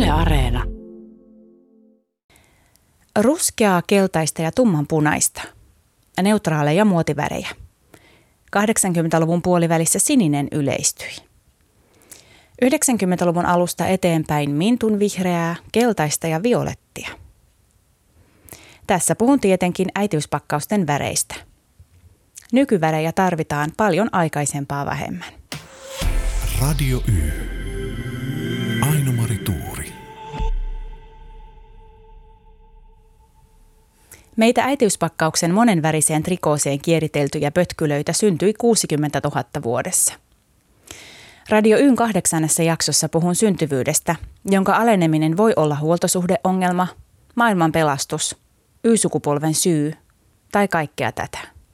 Yle Areena. Ruskeaa, keltaista ja tummanpunaista. Neutraaleja muotivärejä. 80-luvun puolivälissä sininen yleistyi. 90-luvun alusta eteenpäin mintunvihreää, keltaista ja violettia. Tässä puhun tietenkin äitiyspakkausten väreistä. Nykyvärejä tarvitaan paljon aikaisempaa vähemmän. Radio Y. Aino-Mari Tuuri. Meitä äitiyspakkauksen monenväriseen trikooseen kieriteltyjä pötkylöitä syntyi 60 000 vuodessa. Radio Y:n 8. jaksossa puhun syntyvyydestä, jonka aleneminen voi olla huoltosuhdeongelma, maailman pelastus, Y-sukupolven syy tai kaikkea tätä.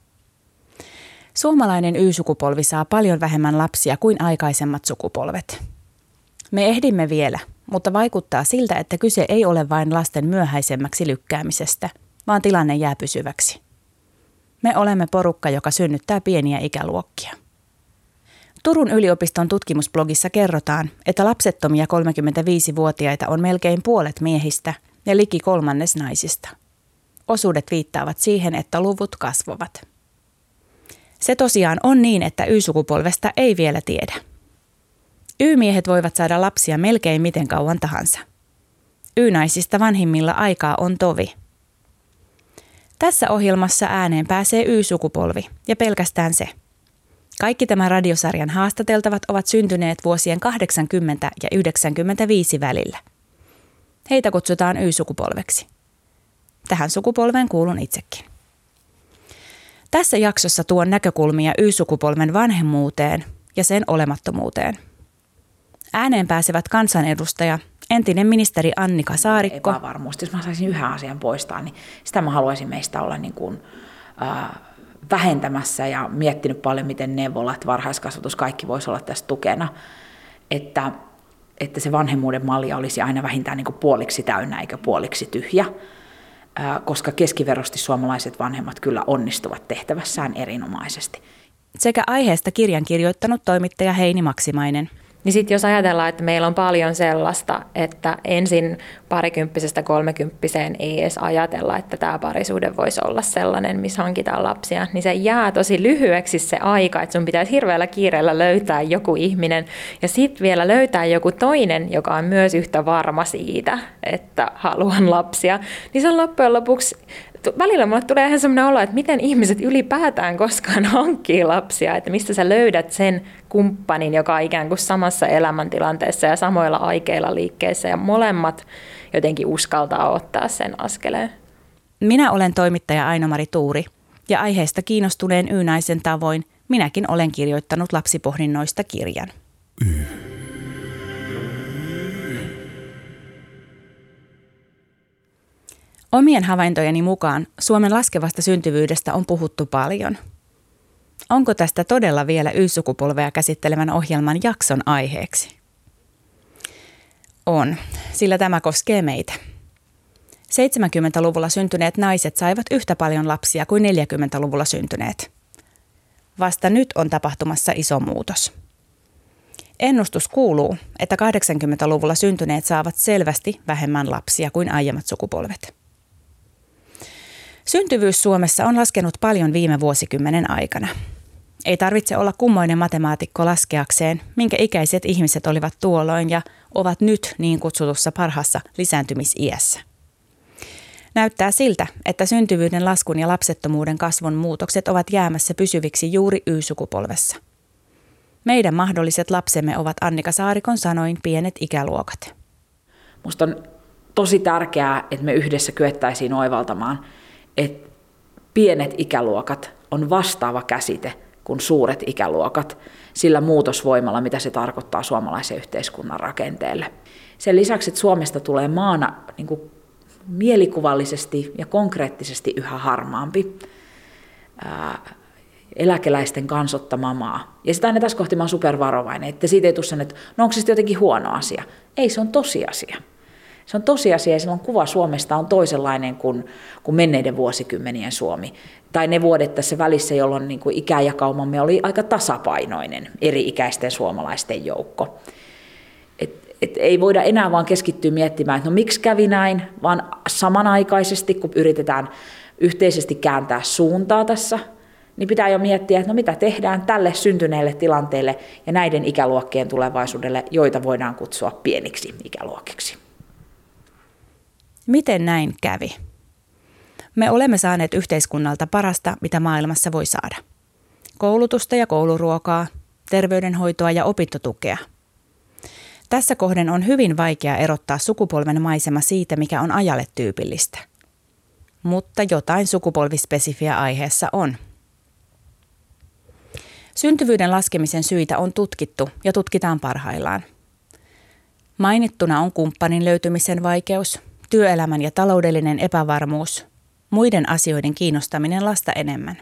Suomalainen Y-sukupolvi saa paljon vähemmän lapsia kuin aikaisemmat sukupolvet. Me ehdimme vielä, mutta vaikuttaa siltä, että kyse ei ole vain lasten myöhäisemmäksi lykkäämisestä, vaan tilanne jää pysyväksi. Me olemme porukka, joka synnyttää pieniä ikäluokkia. Turun yliopiston tutkimusblogissa kerrotaan, että lapsettomia 35-vuotiaita on melkein puolet miehistä ja liki kolmannes naisista. Osuudet viittaavat siihen, että luvut kasvavat. Se tosiaan on niin, että Y-sukupolvesta ei vielä tiedä. Y-miehet voivat saada lapsia melkein miten kauan tahansa. Y-naisista vanhimmilla aikaa on tovi. Tässä ohjelmassa ääneen pääsee Y-sukupolvi ja pelkästään se. Kaikki tämän radiosarjan haastateltavat ovat syntyneet vuosien 80 ja 95 välillä. Heitä kutsutaan Y-sukupolveksi. Tähän sukupolveen kuulun itsekin. Tässä jaksossa tuon näkökulmia Y-sukupolven vanhemmuuteen ja sen olemattomuuteen. Ääneen pääsevät kansanedustaja, entinen ministeri Annika Saarikko. Epävarmuus. Jos mä saisin yhden asian poistaa, niin sitä mä haluaisin meistä olla vähentämässä ja miettinyt paljon, miten neuvolat, varhaiskasvatus, kaikki voisi olla tässä tukena. Että se vanhemmuuden malli olisi aina vähintään puoliksi täynnä eikä puoliksi tyhjä. Koska keskiverrosti suomalaiset vanhemmat kyllä onnistuvat tehtävässään erinomaisesti. Sekä aiheesta kirjan kirjoittanut toimittaja Heini Maksimainen. Niin sitten jos ajatellaan, että meillä on paljon sellaista, että ensin parikymppisestä 30-vuotiaaseen ei edes ajatella, että tämä parisuhde voisi olla sellainen, missä hankitaan lapsia, niin se jää tosi lyhyeksi se aika, että sun pitäisi hirveällä kiireellä löytää joku ihminen ja sitten vielä löytää joku toinen, joka on myös yhtä varma siitä, että haluan lapsia. Niin se on loppujen lopuksi, välillä mulle tulee ihan sellainen olo, että miten ihmiset ylipäätään koskaan hankkii lapsia, että mistä sä löydät sen kumppanin, joka on ikään kuin samassa elämäntilanteessa ja samoilla aikeilla liikkeessä ja molemmat jotenkin uskaltaa ottaa sen askeleen. Minä olen toimittaja Aino-Mari Tuuri ja aiheesta kiinnostuneen Y-naisen tavoin minäkin olen kirjoittanut lapsipohdinnoista kirjan. Omien havaintojeni mukaan Suomen laskevasta syntyvyydestä on puhuttu paljon. Onko tästä todella vielä Y-sukupolvea käsittelevän ohjelman jakson aiheeksi? On, sillä tämä koskee meitä. 70-luvulla syntyneet naiset saivat yhtä paljon lapsia kuin 40-luvulla syntyneet. Vasta nyt on tapahtumassa iso muutos. Ennustus kuuluu, että 80-luvulla syntyneet saavat selvästi vähemmän lapsia kuin aiemmat sukupolvet. Syntyvyys Suomessa on laskenut paljon viime vuosikymmenen aikana. Ei tarvitse olla kummoinen matemaatikko laskeakseen, minkä ikäiset ihmiset olivat tuolloin ja ovat nyt niin kutsutussa parhaassa lisääntymisiässä. Näyttää siltä, että syntyvyyden laskun ja lapsettomuuden kasvun muutokset ovat jäämässä pysyviksi juuri Y-sukupolvessa. Meidän mahdolliset lapsemme ovat Annika Saarikon sanoin pienet ikäluokat. Musta on tosi tärkeää, että me yhdessä kyettäisiin oivaltamaan, että pienet ikäluokat on vastaava käsite kuin suuret ikäluokat sillä muutosvoimalla, mitä se tarkoittaa suomalaisen yhteiskunnan rakenteelle. Sen lisäksi, että Suomesta tulee maana mielikuvallisesti ja konkreettisesti yhä harmaampi eläkeläisten kansottama maa. Ja sitä aina tässä kohti mä oon supervarovainen, että siitä ei tule sen, että no onko se sitten jotenkin huono asia. Ei, se on tosiasia. Se on tosiasia ja silloin kuva Suomesta on toisenlainen kuin menneiden vuosikymmenien Suomi. Tai ne vuodet tässä välissä, jolloin ikäjakaumamme oli aika tasapainoinen eri-ikäisten suomalaisten joukko. ei voida enää vaan keskittyä miettimään, että no miksi kävi näin, vaan samanaikaisesti, kun yritetään yhteisesti kääntää suuntaa tässä, niin pitää jo miettiä, että no mitä tehdään tälle syntyneelle tilanteelle ja näiden ikäluokkien tulevaisuudelle, joita voidaan kutsua pieniksi ikäluokiksi. Miten näin kävi? Me olemme saaneet yhteiskunnalta parasta, mitä maailmassa voi saada. Koulutusta ja kouluruokaa, terveydenhoitoa ja opintotukea. Tässä kohden on hyvin vaikea erottaa sukupolven maisema siitä, mikä on ajalle tyypillistä. Mutta jotain sukupolvispesifiä aiheessa on. Syntyvyyden laskemisen syitä on tutkittu ja tutkitaan parhaillaan. Mainittuna on kumppanin löytymisen vaikeus, työelämän ja taloudellinen epävarmuus, muiden asioiden kiinnostaminen lasta enemmän.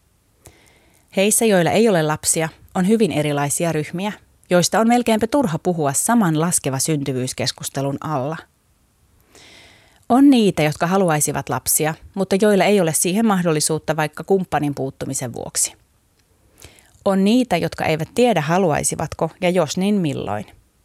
Heissä, joilla ei ole lapsia, on hyvin erilaisia ryhmiä, joista on melkeinpä turha puhua saman laskeva syntyvyyskeskustelun alla. On niitä, jotka haluaisivat lapsia, mutta joilla ei ole siihen mahdollisuutta vaikka kumppanin puuttumisen vuoksi. On niitä, jotka eivät tiedä haluaisivatko ja jos niin milloin.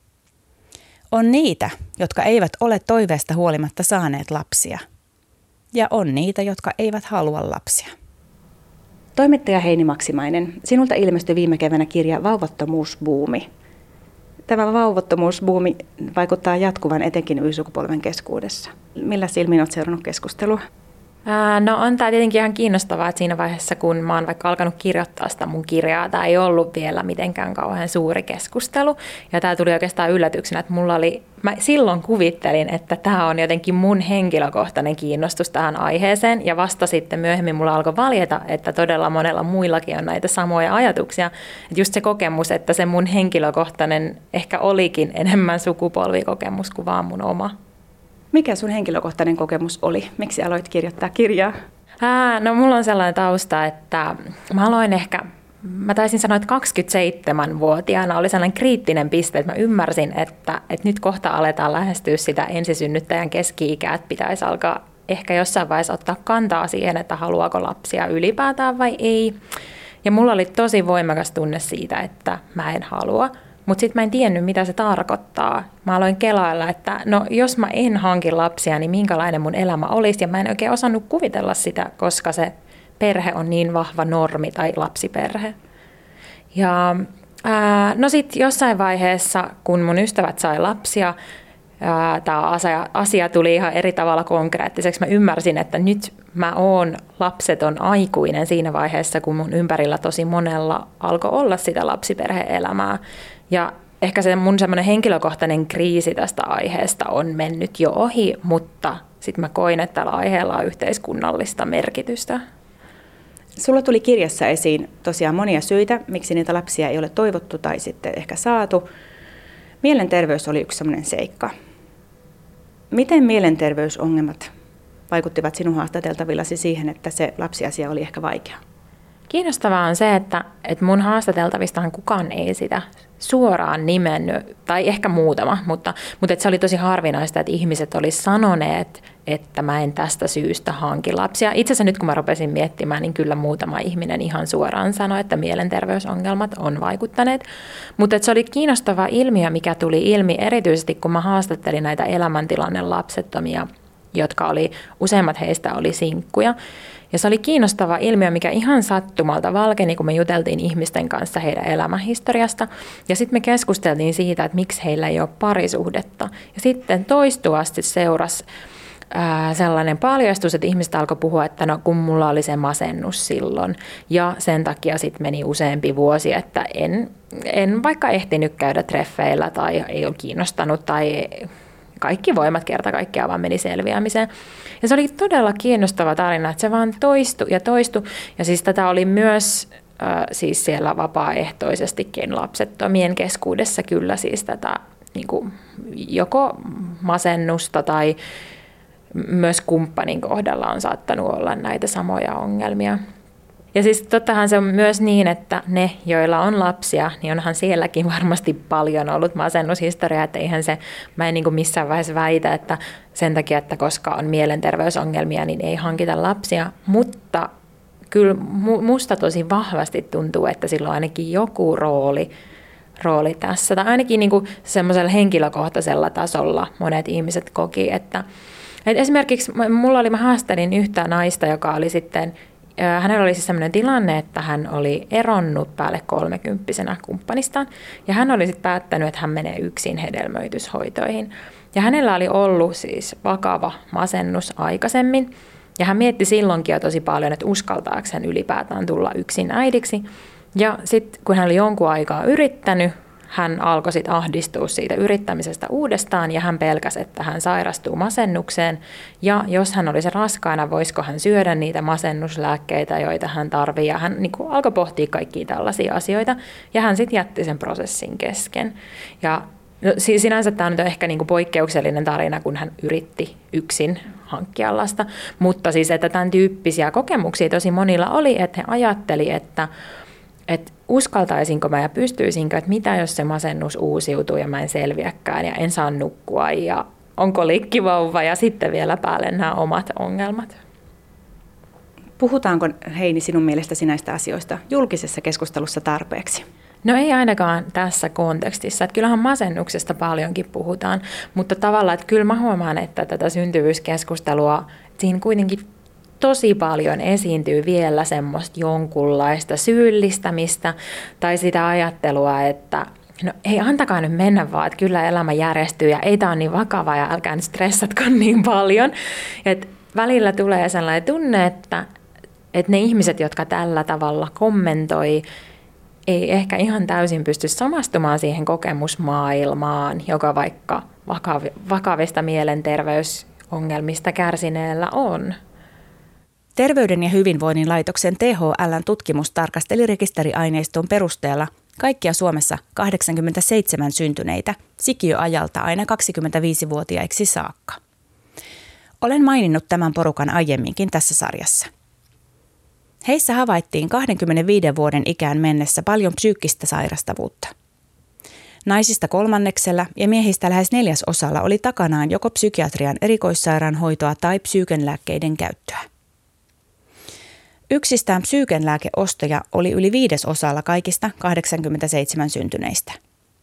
On niitä, jotka eivät ole toiveesta huolimatta saaneet lapsia. Ja on niitä, jotka eivät halua lapsia. Toimittaja Heini Maksimainen, sinulta ilmestyi viime keväänä kirja Vauvattomuusbuumi. Tämä vauvattomuusbuumi vaikuttaa jatkuvan etenkin Y-sukupolven keskuudessa. Millä silmin olet seurannut keskustelua? No on tämä tietenkin ihan kiinnostavaa, että siinä vaiheessa, kun mä oon vaikka alkanut kirjoittaa sitä mun kirjaa, tämä ei ollut vielä mitenkään kauhean suuri keskustelu. Ja tämä tuli oikeastaan yllätyksenä, että mä silloin kuvittelin, että tämä on jotenkin mun henkilökohtainen kiinnostus tähän aiheeseen. Ja vasta sitten myöhemmin mulla alkoi valjeta, että todella monella muillakin on näitä samoja ajatuksia. Että just se kokemus, että se mun henkilökohtainen ehkä olikin enemmän sukupolvikokemus kuin vaan mun oma. Mikä sun henkilökohtainen kokemus oli? Miksi aloit kirjoittaa kirjaa? No mulla on sellainen tausta, että mä taisin sanoa, että 27-vuotiaana oli sellainen kriittinen piste, että mä ymmärsin, että nyt kohta aletaan lähestyä sitä ensisynnyttäjän keski-ikää, että pitäisi alkaa ehkä jossain vaiheessa ottaa kantaa siihen, että haluaako lapsia ylipäätään vai ei. Ja mulla oli tosi voimakas tunne siitä, että mä en halua. Mutta sitten mä en tiennyt, mitä se tarkoittaa. Mä aloin kelailla, että no jos mä en hanki lapsia, niin minkälainen mun elämä olisi. Ja mä en oikein osannut kuvitella sitä, koska se perhe on niin vahva normi tai lapsiperhe. Ja no sitten jossain vaiheessa, kun mun ystävät sai lapsia, tämä asia tuli ihan eri tavalla konkreettiseksi. Mä ymmärsin, että nyt mä oon lapseton aikuinen siinä vaiheessa, kun mun ympärillä tosi monella alkoi olla sitä lapsiperhe-elämää. Ja ehkä se mun semmoinen henkilökohtainen kriisi tästä aiheesta on mennyt jo ohi, mutta sitten mä koin, että tällä aiheella on yhteiskunnallista merkitystä. Sulla tuli kirjassa esiin tosiaan monia syitä, miksi niitä lapsia ei ole toivottu tai sitten ehkä saatu. Mielenterveys oli yksi semmoinen seikka. Miten mielenterveysongelmat vaikuttivat sinun haastateltavillasi siihen, että se lapsiasia oli ehkä vaikea? Kiinnostavaa on se, että mun haastateltavistahan kukaan ei sitä suoraan nimennyt, tai ehkä muutama, mutta se oli tosi harvinaista, että ihmiset olisi sanoneet, että mä en tästä syystä hanki lapsia. Itse asiassa nyt kun mä rupesin miettimään, niin kyllä muutama ihminen ihan suoraan sanoi, että mielenterveysongelmat on vaikuttaneet. Mutta se oli kiinnostava ilmiö, mikä tuli ilmi erityisesti, kun mä haastattelin näitä elämäntilanne lapsettomia, jotka useimmat heistä oli sinkkuja. Ja se oli kiinnostava ilmiö, mikä ihan sattumalta valkeni, kun me juteltiin ihmisten kanssa heidän elämänhistoriasta. Ja sitten me keskusteltiin siitä, että miksi heillä ei ole parisuhdetta. Ja sitten toistuvasti seurasi sellainen paljastus, että ihmiset alkoi puhua, että no kun mulla oli se masennus silloin. Ja sen takia sitten meni useampi vuosi, että en vaikka ehtinyt käydä treffeillä tai ei ole kiinnostanut tai kaikki voimat kerta kaikkiaan vaan meni selviämiseen. Ja se oli todella kiinnostava tarina, että se vaan toistui ja toistui. Ja siis tätä oli myös siis siellä vapaaehtoisestikin lapsettomien keskuudessa kyllä siis tätä niin kuin joko masennusta tai myös kumppanin kohdalla on saattanut olla näitä samoja ongelmia. Ja siis tottahan se on myös niin, että ne, joilla on lapsia, niin onhan sielläkin varmasti paljon ollut masennushistoriaa, että mä en niin kuin missään vaiheessa väitä, että sen takia, että koska on mielenterveysongelmia, niin ei hankita lapsia, mutta kyllä musta tosi vahvasti tuntuu, että sillä on ainakin joku rooli tässä. Tai ainakin niin kuin semmoisella henkilökohtaisella tasolla monet ihmiset koki, että esimerkiksi mä haastelin yhtä naista, joka oli sitten, hänellä oli siis sellainen tilanne, että hän oli eronnut päälle 30-vuotiaana kumppanistaan, ja hän oli sitten päättänyt, että hän menee yksin hedelmöityshoitoihin. Ja hänellä oli ollut siis vakava masennus aikaisemmin, ja hän mietti silloinkin jo tosi paljon, että uskaltaako hän ylipäätään tulla yksin äidiksi. Ja sitten kun hän oli jonkun aikaa yrittänyt, hän alkoi sitten ahdistua siitä yrittämisestä uudestaan ja hän pelkäsi, että hän sairastuu masennukseen. Ja jos hän olisi raskaana, voisiko hän syödä niitä masennuslääkkeitä, joita hän tarvitsee. Ja hän niin kuin alkoi pohtia kaikkia tällaisia asioita ja hän sitten jätti sen prosessin kesken. Ja no, sinänsä tämä on ehkä niin kuin poikkeuksellinen tarina, kun hän yritti yksin hankkia lasta. Mutta siis, että tämän tyyppisiä kokemuksia tosi monilla oli, että he ajatteli, että uskaltaisinko mä ja pystyisinkö, että mitä jos se masennus uusiutuu ja mä en selviäkään ja en saa nukkua ja onko likkivauva ja sitten vielä päälle nämä omat ongelmat. Puhutaanko, Heini, sinun mielestäsi näistä asioista julkisessa keskustelussa tarpeeksi? No ei ainakaan tässä kontekstissa. Että kyllähän masennuksesta paljonkin puhutaan, mutta tavallaan, että kyllä mä huomaan, että tätä syntyvyyskeskustelua siinä kuitenkin tosi paljon esiintyy vielä semmoista jonkunlaista syyllistämistä tai sitä ajattelua, että no ei antakaa nyt mennä vaan, että kyllä elämä järjestyy ja ei tämä ole niin vakava ja älkää nyt stressatko niin paljon. Et välillä tulee sellainen tunne, että ne ihmiset, jotka tällä tavalla kommentoi, ei ehkä ihan täysin pysty samastumaan siihen kokemusmaailmaan, joka vaikka vakavista mielenterveysongelmista kärsineellä on. Terveyden ja hyvinvoinnin laitoksen THL:n tutkimus tarkasteli rekisteriaineiston perusteella kaikkia Suomessa 87 syntyneitä sikiöajalta aina 25-vuotiaiksi saakka. Olen maininnut tämän porukan aiemminkin tässä sarjassa. Heissä havaittiin 25 vuoden ikään mennessä paljon psyykkistä sairastavuutta. Naisista 1/3 ja miehistä lähes 1/4 oli takanaan joko psykiatrian erikoissairaanhoitoa tai psyykenlääkkeiden käyttöä. Yksistään psyykenlääkeostoja oli yli 5% kaikista 87 syntyneistä.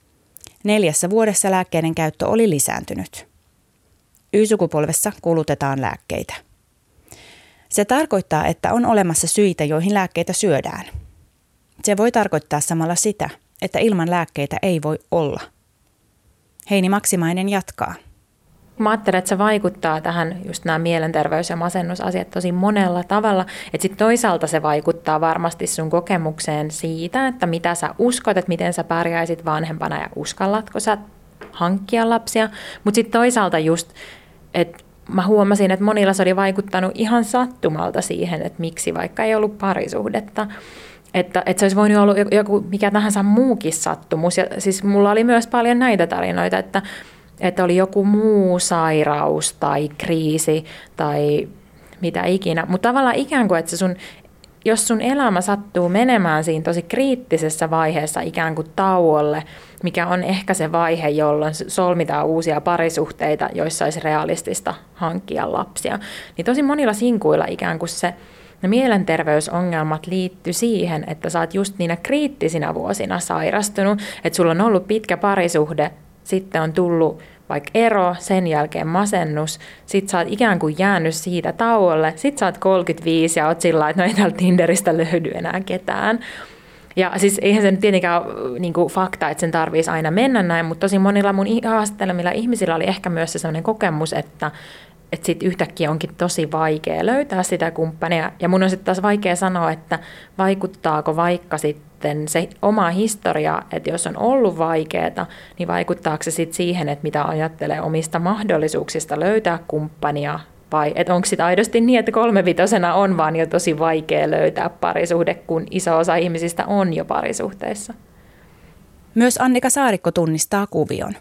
4 vuodessa lääkkeiden käyttö oli lisääntynyt. Y-sukupolvessa kulutetaan lääkkeitä. Se tarkoittaa, että on olemassa syitä, joihin lääkkeitä syödään. Se voi tarkoittaa samalla sitä, että ilman lääkkeitä ei voi olla. Heini Maksimainen jatkaa. Mä ajattelen, että se vaikuttaa tähän just nämä mielenterveys- ja masennusasiat tosi monella tavalla. Että sitten toisaalta se vaikuttaa varmasti sun kokemukseen siitä, että mitä sä uskot, että miten sä pärjäisit vanhempana ja uskallatko sä hankkia lapsia. Mutta sitten toisaalta just, että mä huomasin, että monilla se oli vaikuttanut ihan sattumalta siihen, että miksi vaikka ei ollut parisuhdetta. Että se olisi voinut olla joku mikä tahansa muukin sattumus. Ja siis mulla oli myös paljon näitä tarinoita, että oli joku muu sairaus tai kriisi tai mitä ikinä. Mutta tavallaan ikään kuin, että jos sun elämä sattuu menemään siinä tosi kriittisessä vaiheessa ikään kuin tauolle, mikä on ehkä se vaihe, jolloin solmitaan uusia parisuhteita, joissa olisi realistista hankkia lapsia, niin tosi monilla sinkuilla ikään kuin ne mielenterveysongelmat liittyy siihen, että sä oot just niinä kriittisinä vuosina sairastunut, että sulla on ollut pitkä parisuhde, sitten on tullut vaikka ero, sen jälkeen masennus, sit sä oot ikään kuin jäänyt siitä tauolle, sit sä oot 35 ja oot sillä lailla, että no ei täältä Tinderistä löydy enää ketään. Ja siis eihän se nyt tietenkään ole niin kuin fakta, että sen tarvitsisi aina mennä näin, mutta tosi monilla mun haastattelemilla ihmisillä oli ehkä myös se sellainen kokemus, että sitten yhtäkkiä onkin tosi vaikea löytää sitä kumppania. Ja mun on sitten taas vaikea sanoa, että vaikuttaako vaikka sitten se oma historia, että jos on ollut vaikeaa, niin vaikuttaako se sitten siihen, että mitä ajattelee omista mahdollisuuksista löytää kumppania, vai että onko sitten aidosti niin, että 35-vuotiaana on vaan jo tosi vaikea löytää parisuhde, kun iso osa ihmisistä on jo parisuhteissa. Myös Annika Saarikko tunnistaa kuvion.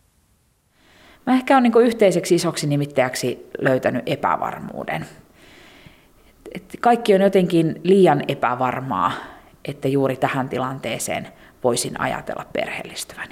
Mä ehkä olen niin yhteiseksi isoksi nimittäjäksi löytänyt epävarmuuden. Kaikki on jotenkin liian epävarmaa, että juuri tähän tilanteeseen voisin ajatella perheellistyväni.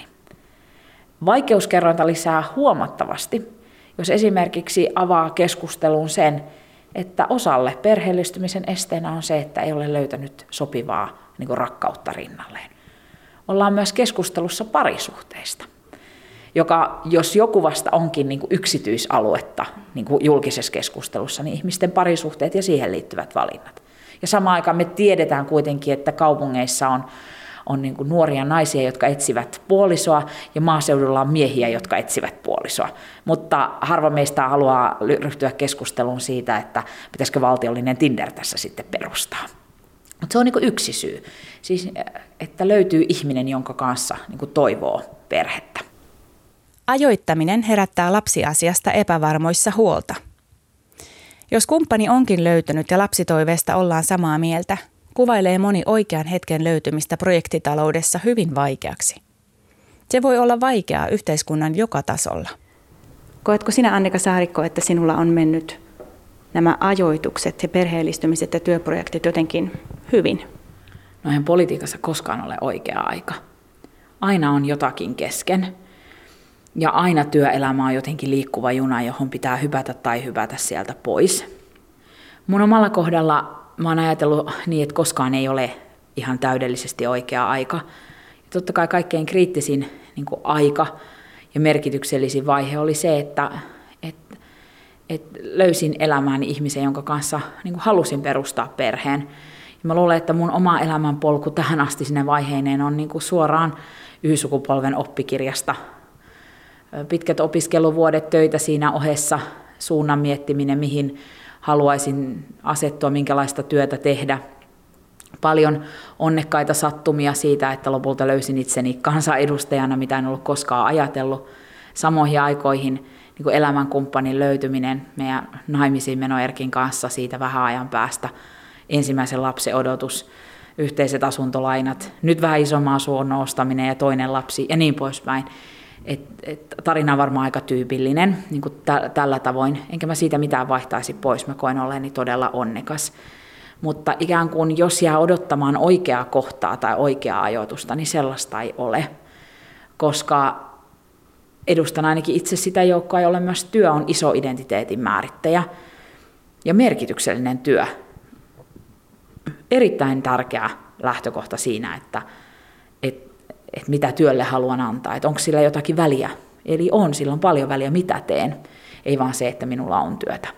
Vaikeuskerrointa lisää huomattavasti, jos esimerkiksi avaa keskustelun sen, että osalle perheellistymisen esteenä on se, että ei ole löytänyt sopivaa niin kuin rakkautta rinnalleen. ollaan myös keskustelussa parisuhteista, joka jos joku vasta onkin niin kuin yksityisaluetta niin kuin julkisessa keskustelussa, niin ihmisten parisuhteet ja siihen liittyvät valinnat. Ja samaan aikaan me tiedetään kuitenkin, että kaupungeissa on niin kuin nuoria naisia, jotka etsivät puolisoa, ja maaseudulla on miehiä, jotka etsivät puolisoa. Mutta harva meistä haluaa ryhtyä keskusteluun siitä, että pitäisikö valtiollinen Tinder tässä sitten perustaa. Mutta se on niin kuin yksi syy, siis että löytyy ihminen, jonka kanssa niin kuin toivoo perhettä. Ajoittaminen herättää lapsiasiasta epävarmoissa huolta. Jos kumppani onkin löytynyt ja lapsitoiveesta ollaan samaa mieltä, kuvailee moni oikean hetken löytymistä projektitaloudessa hyvin vaikeaksi. Se voi olla vaikeaa yhteiskunnan joka tasolla. Koetko sinä, Annika Saarikko, että sinulla on mennyt nämä ajoitukset ja perheellistymiset ja työprojektit jotenkin hyvin? No eihän politiikassa koskaan ole oikea aika. Aina on jotakin kesken. Ja aina työelämä on jotenkin liikkuva juna, johon pitää hypätä tai hypätä sieltä pois. Mun omalla kohdalla mä oon ajatellut niin, että koskaan ei ole ihan täydellisesti oikea aika. Ja totta kai kaikkein kriittisin niin kuin aika ja merkityksellisin vaihe oli se, että löysin elämääni ihmisen, jonka kanssa niin kuin halusin perustaa perheen. Ja mä luulen, että mun oma elämänpolku tähän asti sinne vaiheineen on niin kuin suoraan Y-sukupolven oppikirjasta. Pitkät opiskeluvuodet, töitä siinä ohessa, suunnan miettiminen, mihin haluaisin asettua, minkälaista työtä tehdä. Paljon onnekkaita sattumia siitä, että lopulta löysin itseni kansanedustajana, mitä en ollut koskaan ajatellut. Samoihin aikoihin niin kuin elämänkumppanin löytyminen meidän naimisiin meno Erkin kanssa siitä vähän ajan päästä. Ensimmäisen lapsen odotus, yhteiset asuntolainat, nyt vähän isomman asunnon ostaminen ja toinen lapsi ja niin poispäin. Tarina on varmaan aika tyypillinen niin kuin tällä tavoin, enkä mä siitä mitään vaihtaisi pois, mä koen olleeni todella onnekas. Mutta ikään kuin jos jää odottamaan oikeaa kohtaa tai oikeaa ajoitusta, niin sellaista ei ole, koska edustan ainakin itse sitä joukkoa, jolle myös työ on iso identiteetin määrittäjä ja merkityksellinen työ. Erittäin tärkeä lähtökohta siinä, että mitä työlle haluan antaa, että onko sillä jotakin väliä. Eli sillä on paljon väliä, mitä teen, ei vaan se, että minulla on työtä.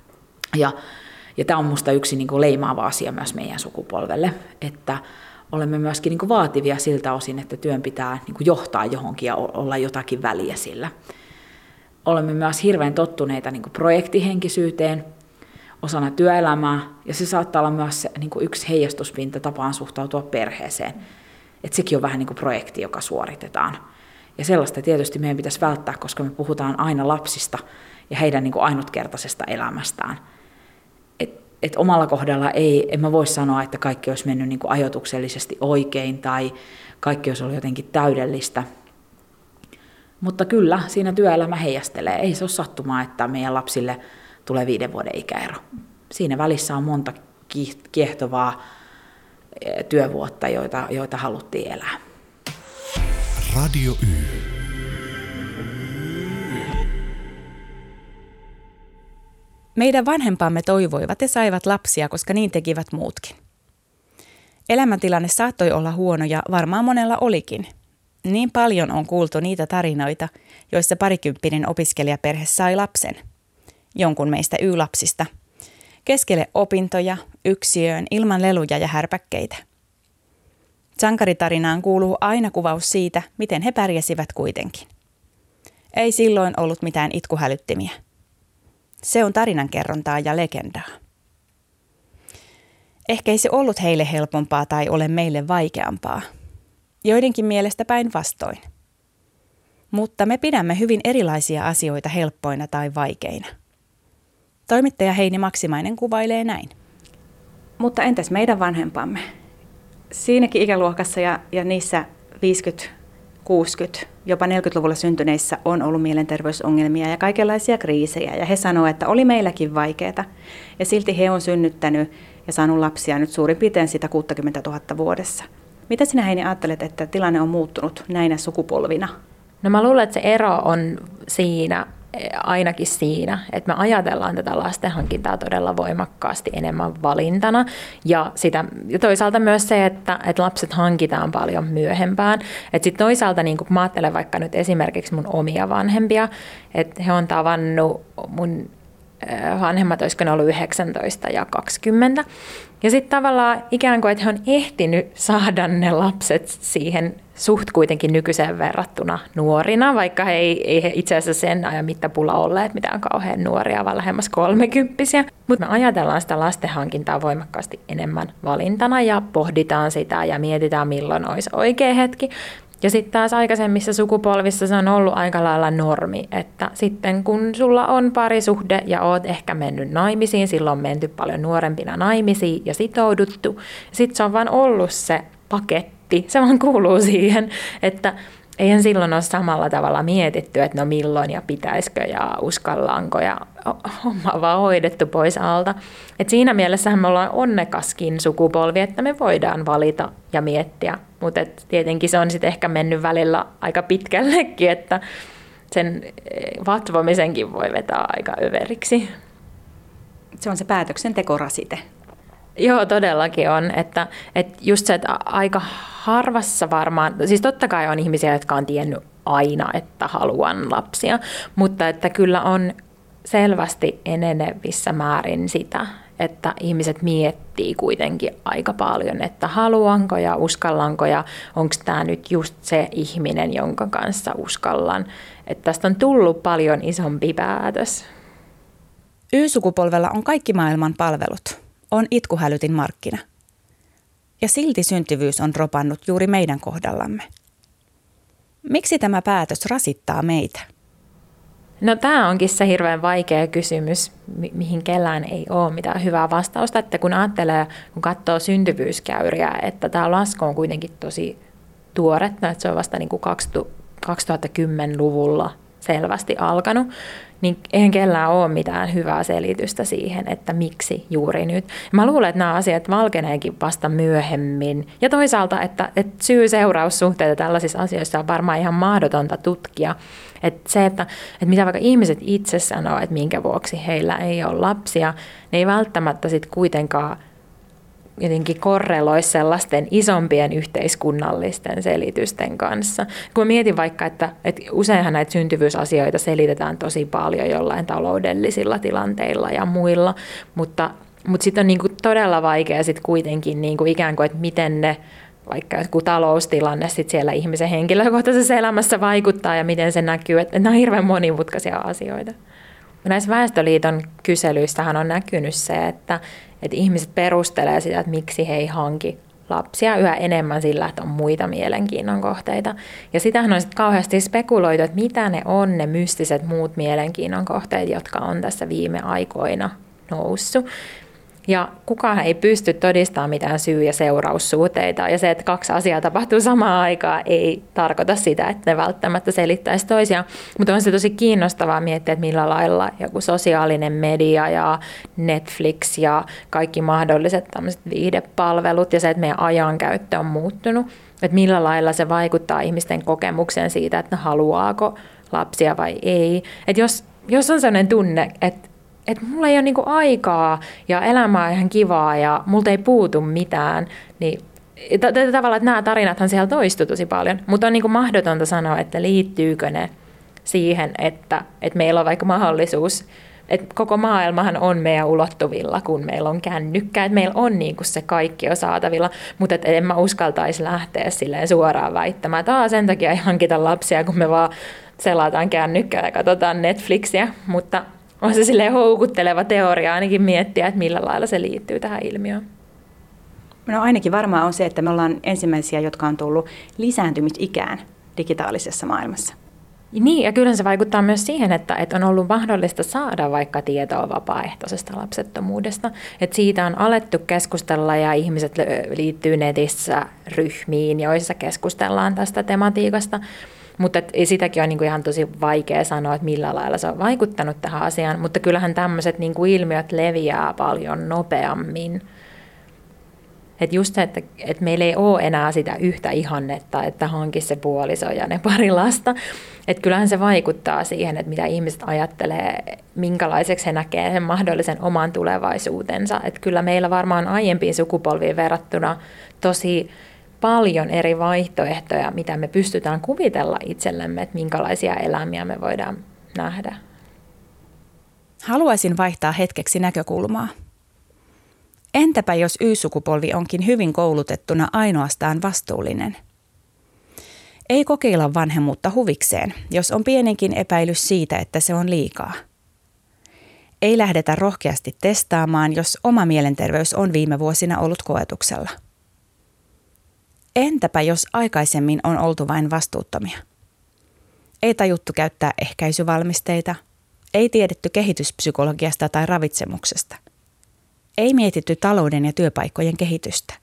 Ja tämä on minusta yksi niin kuin leimaava asia myös meidän sukupolvelle, että olemme myöskin niin kuin vaativia siltä osin, että työn pitää niin kuin johtaa johonkin ja olla jotakin väliä sillä. Olemme myös hirveän tottuneita niin kuin projektihenkisyyteen osana työelämää, ja se saattaa olla myös niin kuin yksi heijastuspinta tapaan suhtautua perheeseen. Että sekin on vähän niin kuin projekti, joka suoritetaan. Ja sellaista tietysti meidän pitäisi välttää, koska me puhutaan aina lapsista ja heidän niin kuin ainutkertaisesta elämästään. Et omalla kohdalla en mä voi sanoa, että kaikki olisi mennyt niin kuin ajoituksellisesti oikein tai kaikki olisi ollut jotenkin täydellistä. Mutta kyllä, siinä työelämä heijastelee. Ei se ole sattumaa, että meidän lapsille tulee 5 vuoden ikäero. Siinä välissä on monta kiehtovaa työvuotta, joita haluttiin elää. Radio Y. Meidän vanhempamme toivoivat ja saivat lapsia, koska niin tekivät muutkin. Elämäntilanne saattoi olla huono ja varmaan monella olikin. Niin paljon on kuultu niitä tarinoita, joissa parikymppinen opiskelijaperhe sai lapsen. Jonkun meistä Y-lapsista. Keskelle opintoja, yksiöön, ilman leluja ja härpäkkeitä. Sankaritarinaan kuuluu aina kuvaus siitä, miten he pärjäsivät kuitenkin. Ei silloin ollut mitään itkuhälyttimiä. Se on tarinankerrontaa ja legendaa. Ehkä ei se ollut heille helpompaa tai ole meille vaikeampaa. Joidenkin mielestä päinvastoin. Mutta me pidämme hyvin erilaisia asioita helppoina tai vaikeina. Toimittaja Heini Maksimainen kuvailee näin. Mutta entäs meidän vanhempamme? Siinäkin ikäluokassa ja niissä 50, 60, jopa 40-luvulla syntyneissä on ollut mielenterveysongelmia ja kaikenlaisia kriisejä. Ja he sanoo, että oli meilläkin vaikeaa. Ja silti he on synnyttänyt ja saanut lapsia nyt suurin piirtein sitä 60 000 vuodessa. Mitä sinä, Heini, ajattelet, että tilanne on muuttunut näinä sukupolvina? No mä luulen, että se ero on siinä, ainakin siinä, että me ajatellaan tätä lastenhankintaa todella voimakkaasti enemmän valintana ja toisaalta myös se, että lapset hankitaan paljon myöhempään. Että sitten toisaalta niin kun mä ajattelen vaikka nyt esimerkiksi mun omia vanhempia, että he on tavannut mun vanhemmat, olisiko ne ollut 19 ja 20. Ja sitten tavallaan ikään kuin, että he on ehtinyt saada ne lapset siihen suht kuitenkin nykyiseen verrattuna nuorina, vaikka he ei itse asiassa sen ajan mittapulla olleet mitään kauhean nuoria, vaan lähemmäs 30-vuotiaita. Mutta me ajatellaan sitä lastenhankintaa voimakkaasti enemmän valintana ja pohditaan sitä ja mietitään, milloin olisi oikea hetki. Ja sitten taas aikaisemmissa sukupolvissa se on ollut aika lailla normi, että sitten kun sulla on parisuhde ja oot ehkä mennyt naimisiin, silloin on menty paljon nuorempina naimisiin ja sitouduttu, sitten se on vaan ollut se paketti, se vaan kuuluu siihen, että eihän silloin ole samalla tavalla mietitty, että no milloin ja pitäisikö ja uskallaanko ja homma vaan hoidettu pois alta. Et siinä mielessähän me ollaan onnekaskin sukupolvi, että me voidaan valita ja miettiä, mutta tietenkin se on sitten ehkä mennyt välillä aika pitkällekin, että sen vatvomisenkin voi vetää aika överiksi. Se on se päätöksentekorasite. Joo, todellakin on. Että just se, että aika harvassa varmaan, siis totta kai on ihmisiä, jotka on tiennyt aina, että haluan lapsia, mutta että kyllä on selvästi enenevissä määrin sitä, että ihmiset miettii kuitenkin aika paljon, että haluanko ja uskallanko ja onko tämä nyt just se ihminen, jonka kanssa uskallan. Että tästä on tullut paljon isompi päätös. Y-sukupolvella on kaikki maailman palvelut. On itkuhälytin markkina. Ja silti syntyvyys on dropannut juuri meidän kohdallamme. Miksi tämä päätös rasittaa meitä? No tämä onkin se hirveän vaikea kysymys, mihin kellään ei ole mitään hyvää vastausta. Että kun ajattelee, kun katsoo syntyvyyskäyriä, että tämä lasku on kuitenkin tosi tuoretta, että se on vasta niin kuin 2010-luvulla selvästi alkanut, niin eihän kellään ole mitään hyvää selitystä siihen, että miksi juuri nyt. Mä luulen, että nämä asiat valkeneekin vasta myöhemmin. Ja toisaalta, että syy-seuraussuhteita tällaisissa asioissa on varmaan ihan mahdotonta tutkia. Että se, että mitä vaikka ihmiset itse sanoo, että minkä vuoksi heillä ei ole lapsia, ne ei välttämättä sitten kuitenkaan jotenkin korreloisi sellaisten isompien yhteiskunnallisten selitysten kanssa. Kun mietin vaikka, että useinhan näitä syntyvyysasioita selitetään tosi paljon jollain taloudellisilla tilanteilla ja muilla, mutta sitten on niinku todella vaikea sit kuitenkin niinku ikään kuin, että miten ne vaikka joku taloustilanne sit siellä ihmisen henkilökohtaisessa elämässä vaikuttaa ja miten se näkyy, että nämä on hirveän monimutkaisia asioita. Näissä Väestöliiton kyselyissähän on näkynyt se, että ihmiset perustelee sitä, että miksi he ei hanki lapsia yhä enemmän sillä, että on muita mielenkiinnon kohteita. Ja sitähän on sitten kauheasti spekuloitu, että mitä ne on ne mystiset muut mielenkiinnon kohteet, jotka on tässä viime aikoina noussut. Ja kukaan ei pysty todistamaan mitään syy- ja seuraussuhteita. Ja se, että kaksi asiaa tapahtuu samaan aikaan, ei tarkoita sitä, että ne välttämättä selittäisi toisiaan. Mutta on se tosi kiinnostavaa miettiä, että millä lailla joku sosiaalinen media ja Netflix ja kaikki mahdolliset tämmöiset viihdepalvelut ja se, että meidän ajankäyttö on muuttunut. Että millä lailla se vaikuttaa ihmisten kokemukseen siitä, että haluaako lapsia vai ei. Että jos on sellainen tunne, että mulla ei ole niinku aikaa ja elämä on ihan kivaa ja multa ei puutu mitään, niin tavallaan, että nämä tarinathan siellä toistuu tosi paljon, mutta on niinku mahdotonta sanoa, että liittyykö ne siihen, että meillä on vaikka mahdollisuus, että koko maailmahan on meidän ulottuvilla, kun meillä on kännykkä, että meillä on niinku se kaikki jo saatavilla, mutta en mä uskaltaisi lähteä silleen suoraan väittämään, että sen takia ei hankita lapsia, kun me vaan selataan kännykkää ja katsotaan Netflixiä, mutta on se silleen houkutteleva teoria ainakin miettiä, että millä lailla se liittyy tähän ilmiöön. No ainakin varmaan on se, että me ollaan ensimmäisiä, jotka on tullut lisääntymisikään digitaalisessa maailmassa. Niin, ja kyllä se vaikuttaa myös siihen, että on ollut mahdollista saada vaikka tietoa vapaaehtoisesta lapsettomuudesta. Että siitä on alettu keskustella ja ihmiset liittyy netissä ryhmiin, joissa keskustellaan tästä tematiikasta. Mutta sitäkin on niinku ihan tosi vaikea sanoa, että millä lailla se on vaikuttanut tähän asiaan, mutta kyllähän tämmöiset niinku ilmiöt leviää paljon nopeammin. Että just se, että meillä ei ole enää sitä yhtä ihannetta, että hankisi se puoliso ja ne pari lasta. Että kyllähän se vaikuttaa siihen, että mitä ihmiset ajattelee, minkälaiseksi he näkee sen mahdollisen oman tulevaisuutensa. Että kyllä meillä varmaan aiempiin sukupolviin verrattuna tosi paljon eri vaihtoehtoja, mitä me pystytään kuvitella itsellemme, että minkälaisia elämiä me voidaan nähdä. Haluaisin vaihtaa hetkeksi näkökulmaa. Entäpä jos Y-sukupolvi onkin hyvin koulutettuna ainoastaan vastuullinen? Ei kokeilla vanhemmuutta huvikseen, jos on pienenkin epäilys siitä, että se on liikaa. Ei lähdetä rohkeasti testaamaan, jos oma mielenterveys on viime vuosina ollut koetuksella. Entäpä jos aikaisemmin on oltu vain vastuuttomia? Ei tajuttu käyttää ehkäisyvalmisteita, ei tiedetty kehityspsykologiasta tai ravitsemuksesta. Ei mietitty talouden ja työpaikkojen kehitystä.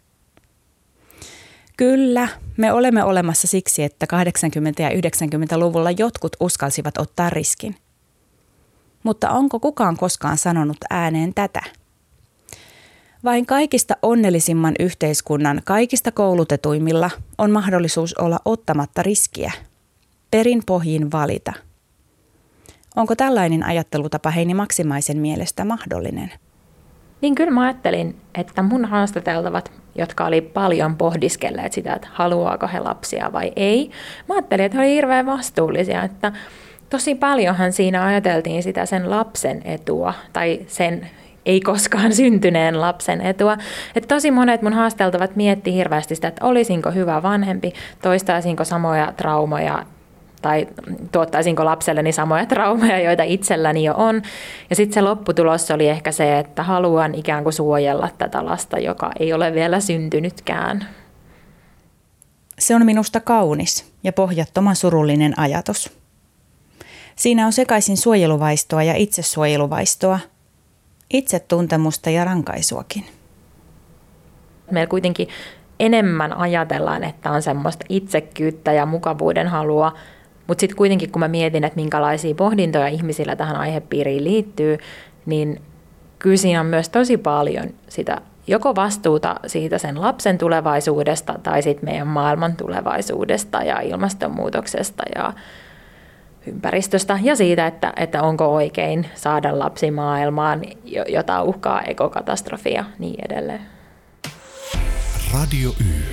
Kyllä, me olemme olemassa siksi, että 80- ja 90-luvulla jotkut uskalsivat ottaa riskin. Mutta onko kukaan koskaan sanonut ääneen tätä? Vain kaikista onnellisimman yhteiskunnan kaikista koulutetuimmilla on mahdollisuus olla ottamatta riskiä, perin pohjin valita. Onko tällainen ajattelutapa Heini Maksimaisen mielestä mahdollinen? Niin kyllä mä ajattelin, että mun haastateltavat, jotka oli paljon pohdiskelleet sitä, että haluaako he lapsia vai ei, mä ajattelin, että he olivat hirveän vastuullisia, että tosi paljonhan siinä ajateltiin sitä sen lapsen etua tai sen ei koskaan syntyneen lapsen etua. Että tosi monet mun haasteltavat mietti hirveästi sitä, että olisinko hyvä vanhempi, toistaisinko samoja traumoja tai tuottaisinko lapselleni samoja traumaja, joita itselläni jo on. Ja sitten se lopputulos oli ehkä se, että haluan ikään kuin suojella tätä lasta, joka ei ole vielä syntynytkään. Se on minusta kaunis ja pohjattoman surullinen ajatus. Siinä on sekaisin suojeluvaistoa ja itsesuojeluvaistoa, itsetuntemusta ja rankaisuakin. Meillä kuitenkin enemmän ajatellaan, että on semmoista itsekkyyttä ja mukavuuden halua, mutta sitten kuitenkin kun mä mietin, että minkälaisia pohdintoja ihmisillä tähän aihepiiriin liittyy, niin kyllä siinä on myös tosi paljon sitä joko vastuuta siitä sen lapsen tulevaisuudesta tai sitten meidän maailman tulevaisuudesta ja ilmastonmuutoksesta ja ympäristöstä ja siitä, että onko oikein saada lapsi maailmaan, jota uhkaa ekokatastrofia ja niin edelleen. Radio Y.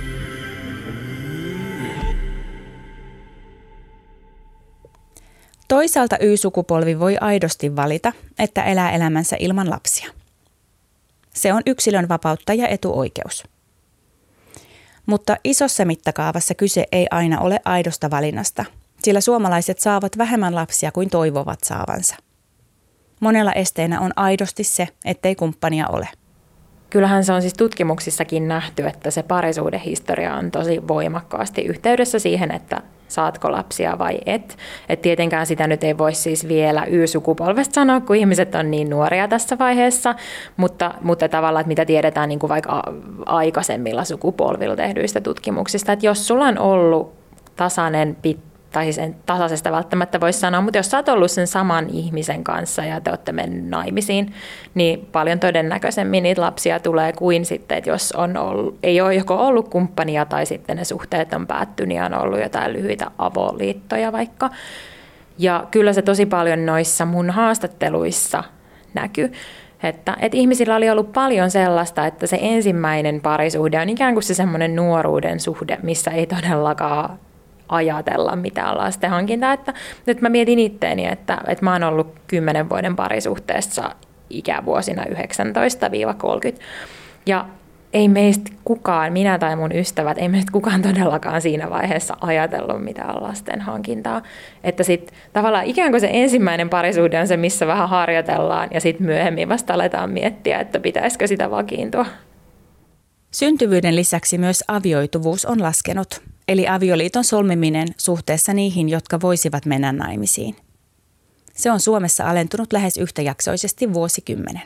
Toisaalta Y-sukupolvi voi aidosti valita, että elää elämänsä ilman lapsia. Se on yksilön vapautta ja etuoikeus. Mutta isossa mittakaavassa kyse ei aina ole aidosta valinnasta, sillä suomalaiset saavat vähemmän lapsia kuin toivovat saavansa. Monella esteenä on aidosti se, ettei kumppania ole. Kyllähän se on siis tutkimuksissakin nähty, että se parisuhdehistoria on tosi voimakkaasti yhteydessä siihen, että saatko lapsia vai et. Et tietenkään sitä nyt ei voi siis vielä Y-sukupolvesta sanoa, kun ihmiset on niin nuoria tässä vaiheessa, mutta tavallaan, että mitä tiedetään niin kuin vaikka aikaisemmilla sukupolvilla tehdyistä tutkimuksista, että jos sulla on ollut tasainen tai siis en tasaisesta välttämättä voi sanoa, mutta jos sä oot ollut sen saman ihmisen kanssa ja te olette mennyt naimisiin, niin paljon todennäköisemmin niitä lapsia tulee kuin sitten, että jos ei ole joko ollut kumppania tai sitten ne suhteet on päättynyt ja on ollut jotain lyhyitä avoliittoja vaikka. Ja kyllä se tosi paljon noissa mun haastatteluissa näkyy, että ihmisillä oli ollut paljon sellaista, että se ensimmäinen parisuhde on ikään kuin se semmoinen nuoruuden suhde, missä ei todellakaan ajatella mitään lasten hankintaa. Että mä mietin itteeni, että mä oon ollut 10 vuoden parisuhteessa ikävuosina 19-30. Ja ei meistä kukaan, minä tai mun ystävät, ei meistä kukaan todellakaan siinä vaiheessa ajatellut mitään lasten hankintaa. Että sitten tavallaan ikään kuin se ensimmäinen parisuhde on se, missä vähän harjoitellaan ja sitten myöhemmin vasta aletaan miettiä, että pitäisikö sitä vakiintua. Syntyvyyden lisäksi myös avioituvuus on laskenut, eli avioliiton solmiminen suhteessa niihin, jotka voisivat mennä naimisiin. Se on Suomessa alentunut lähes yhtäjaksoisesti vuosikymmenen.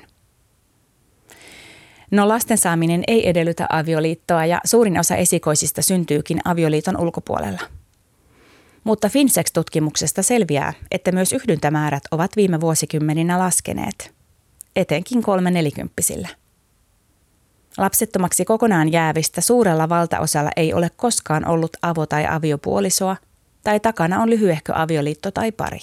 No lasten saaminen ei edellytä avioliittoa ja suurin osa esikoisista syntyykin avioliiton ulkopuolella. Mutta Finsex-tutkimuksesta selviää, että myös yhdyntämäärät ovat viime vuosikymmeninä laskeneet, etenkin 3-4-kymppisillä. Lapsettomaksi kokonaan jäävistä suurella valtaosalla ei ole koskaan ollut avo- tai aviopuolisoa, tai takana on lyhyehkö avioliitto tai pari.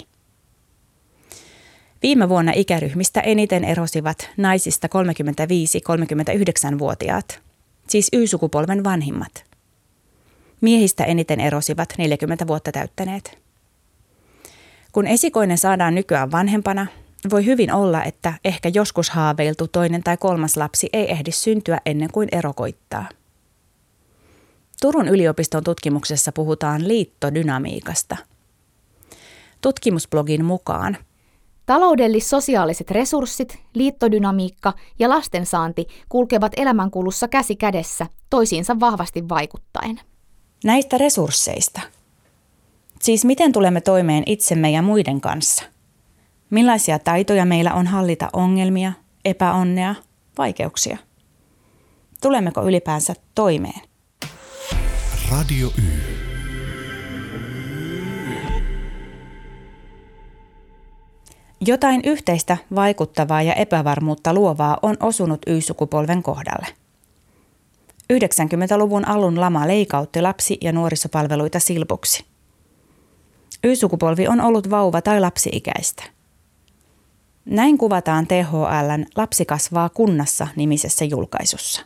Viime vuonna ikäryhmistä eniten erosivat naisista 35-39-vuotiaat, siis Y-sukupolven vanhimmat. Miehistä eniten erosivat 40 vuotta täyttäneet. Kun esikoinen saadaan nykyään vanhempana, voi hyvin olla, että ehkä joskus haaveiltu toinen tai kolmas lapsi ei ehdi syntyä ennen kuin ero koittaa. Turun yliopiston tutkimuksessa puhutaan liittodynamiikasta. Tutkimusblogin mukaan taloudellis-sosiaaliset resurssit, liittodynamiikka ja lastensaanti kulkevat elämänkulussa käsi kädessä, toisiinsa vahvasti vaikuttaen. näistä resursseista. Siis miten tulemme toimeen itsemme ja muiden kanssa? Millaisia taitoja meillä on hallita ongelmia, epäonnea, vaikeuksia? Tulemmeko ylipäänsä toimeen? Radio Y. Jotain yhteistä, vaikuttavaa ja epävarmuutta luovaa on osunut Y-sukupolven kohdalle. 90-luvun alun lama leikautti lapsi- ja nuorisopalveluita silpuksi. Y-sukupolvi on ollut vauva- tai lapsi-ikäistä. Näin kuvataan THL:n Lapsi kasvaa kunnassa -nimisessä julkaisussa.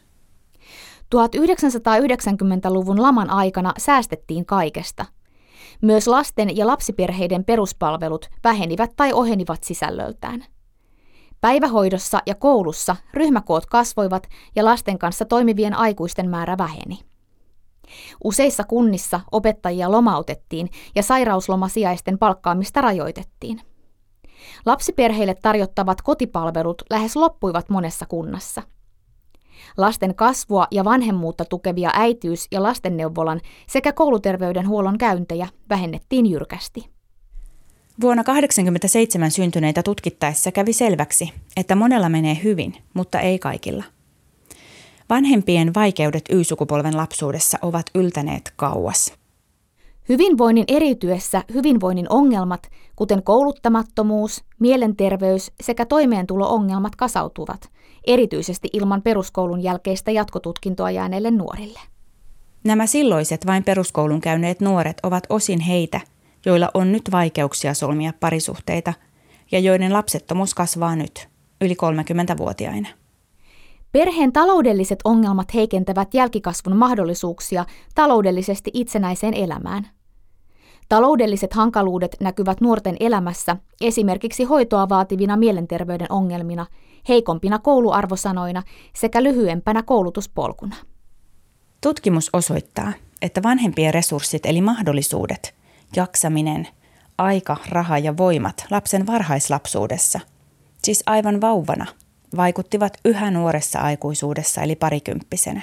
1990-luvun laman aikana säästettiin kaikesta. Myös lasten ja lapsiperheiden peruspalvelut vähenivät tai ohenivat sisällöltään. Päivähoidossa ja koulussa ryhmäkoot kasvoivat ja lasten kanssa toimivien aikuisten määrä väheni. Useissa kunnissa opettajia lomautettiin ja sairauslomasijaisten palkkaamista rajoitettiin. Lapsiperheille tarjottavat kotipalvelut lähes loppuivat monessa kunnassa. Lasten kasvua ja vanhemmuutta tukevia äitiys- ja lastenneuvolan sekä kouluterveydenhuollon käyntejä vähennettiin jyrkästi. Vuonna 1987 syntyneitä tutkittaessa kävi selväksi, että monella menee hyvin, mutta ei kaikilla. Vanhempien vaikeudet Y-sukupolven lapsuudessa ovat yltäneet kauas. Hyvinvoinnin eriytyessä hyvinvoinnin ongelmat, kuten kouluttamattomuus, mielenterveys sekä toimeentulo-ongelmat kasautuvat, erityisesti ilman peruskoulun jälkeistä jatkotutkintoa jääneille nuorille. Nämä silloiset vain peruskoulun käyneet nuoret ovat osin heitä, joilla on nyt vaikeuksia solmia parisuhteita ja joiden lapsettomuus kasvaa nyt, yli 30-vuotiaina. Perheen taloudelliset ongelmat heikentävät jälkikasvun mahdollisuuksia taloudellisesti itsenäiseen elämään. Taloudelliset hankaluudet näkyvät nuorten elämässä esimerkiksi hoitoa vaativina mielenterveyden ongelmina, heikompina kouluarvosanoina sekä lyhyempänä koulutuspolkuna. Tutkimus osoittaa, että vanhempien resurssit eli mahdollisuudet, jaksaminen, aika, raha ja voimat lapsen varhaislapsuudessa, siis aivan vauvana, vaikuttivat yhä nuoressa aikuisuudessa eli parikymppisenä.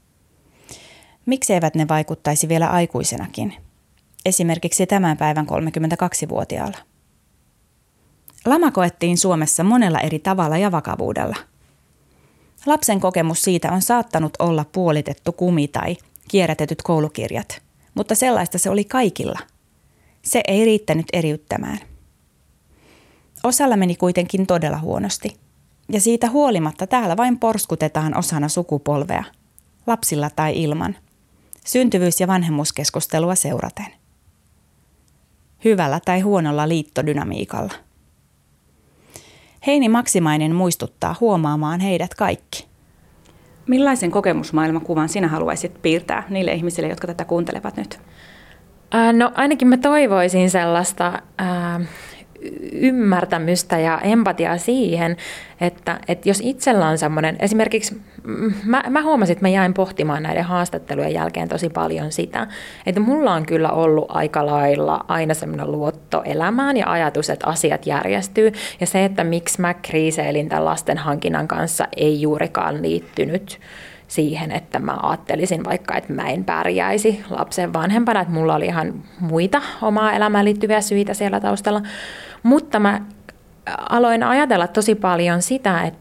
Miksi eivät ne vaikuttaisi vielä aikuisenakin, esimerkiksi tämän päivän 32-vuotiaalla? Lama koettiin Suomessa monella eri tavalla ja vakavuudella. Lapsen kokemus siitä on saattanut olla puolitettu kumi tai kierrätetyt koulukirjat, mutta sellaista se oli kaikilla. Se ei riittänyt eriyttämään. Osalla meni kuitenkin todella huonosti. Ja siitä huolimatta täällä vain porskutetaan osana sukupolvea, lapsilla tai ilman, syntyvyys- ja vanhemmuuskeskustelua seuraten. Hyvällä tai huonolla liittodynamiikalla. Heini Maksimainen muistuttaa huomaamaan heidät kaikki. Millaisen kokemusmaailmakuvan sinä haluaisit piirtää niille ihmisille, jotka tätä kuuntelevat nyt? No ainakin mä toivoisin sellaista ymmärtämystä ja empatiaa siihen, että jos itsellä on semmoinen, esimerkiksi mä huomasin, että mä jäin pohtimaan näiden haastattelujen jälkeen tosi paljon sitä, että mulla on kyllä ollut aika lailla aina semmoinen luotto elämään ja ajatus, että asiat järjestyy, ja se, että miksi mä kriiseilin tämän lasten hankinnan kanssa, ei juurikaan liittynyt siihen, että mä ajattelisin vaikka, että mä en pärjäisi lapsen vanhempana, että mulla oli ihan muita omaa elämään liittyviä syitä siellä taustalla. Mutta mä aloin ajatella tosi paljon sitä, että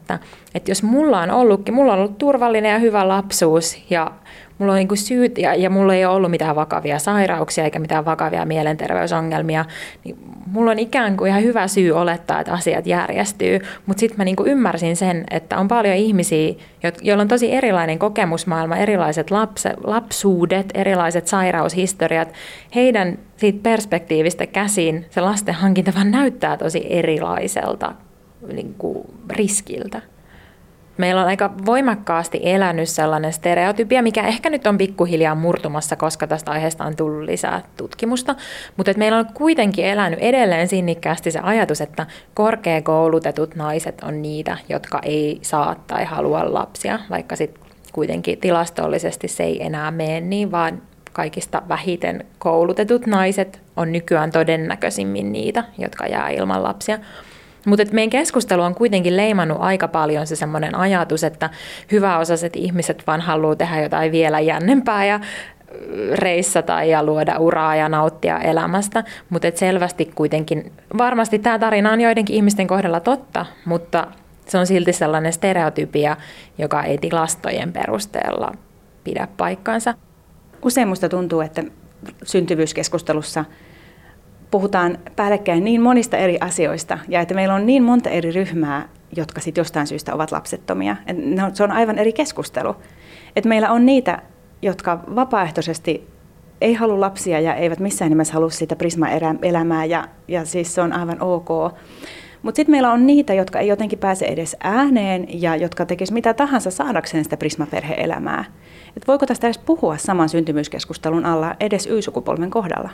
Että jos mulla on ollut turvallinen ja hyvä lapsuus ja mulla on niin kuin syyt ja mulla ei ole ollut mitään vakavia sairauksia eikä mitään vakavia mielenterveysongelmia, niin mulla on ikään kuin ihan hyvä syy olettaa, että asiat järjestyy. Mutta sitten mä niin kuin ymmärsin sen, että on paljon ihmisiä, joilla on tosi erilainen kokemusmaailma, erilaiset lapsuudet, erilaiset sairaushistoriat. Heidän siitä perspektiivistä käsin se lasten hankinta vaan näyttää tosi erilaiselta niin kuin riskiltä. Meillä on aika voimakkaasti elänyt sellainen stereotypia, mikä ehkä nyt on pikkuhiljaa murtumassa, koska tästä aiheesta on tullut lisää tutkimusta. Mutta meillä on kuitenkin elänyt edelleen sinnikkäästi se ajatus, että korkeakoulutetut naiset on niitä, jotka ei saa tai halua lapsia, vaikka sitten kuitenkin tilastollisesti se ei enää mene niin, vaan kaikista vähiten koulutetut naiset on nykyään todennäköisimmin niitä, jotka jää ilman lapsia. Mutta meidän keskustelu on kuitenkin leimannut aika paljon se semmoinen ajatus, että hyväosaiset ihmiset vaan haluaa tehdä jotain vielä jännempää ja reissata ja luoda uraa ja nauttia elämästä. Mutta selvästi kuitenkin, varmasti tämä tarina on joidenkin ihmisten kohdalla totta, mutta se on silti sellainen stereotypia, joka ei tilastojen perusteella pidä paikkaansa. Usein musta tuntuu, että syntyvyyskeskustussa puhutaan päällekkäin niin monista eri asioista ja että meillä on niin monta eri ryhmää, jotka sitten jostain syystä ovat lapsettomia. Se on aivan eri keskustelu. Että meillä on niitä, jotka vapaaehtoisesti ei halua lapsia ja eivät missään nimessä halua sitä Prisma-elämää ja siis se on aivan ok. Mutta sitten meillä on niitä, jotka ei jotenkin pääse edes ääneen ja jotka tekisivät mitä tahansa saadakseen sitä Prisma-perhe-elämää. Et voiko tästä edes puhua saman syntyvyyskeskustelun alla edes Y-sukupolven kohdalla?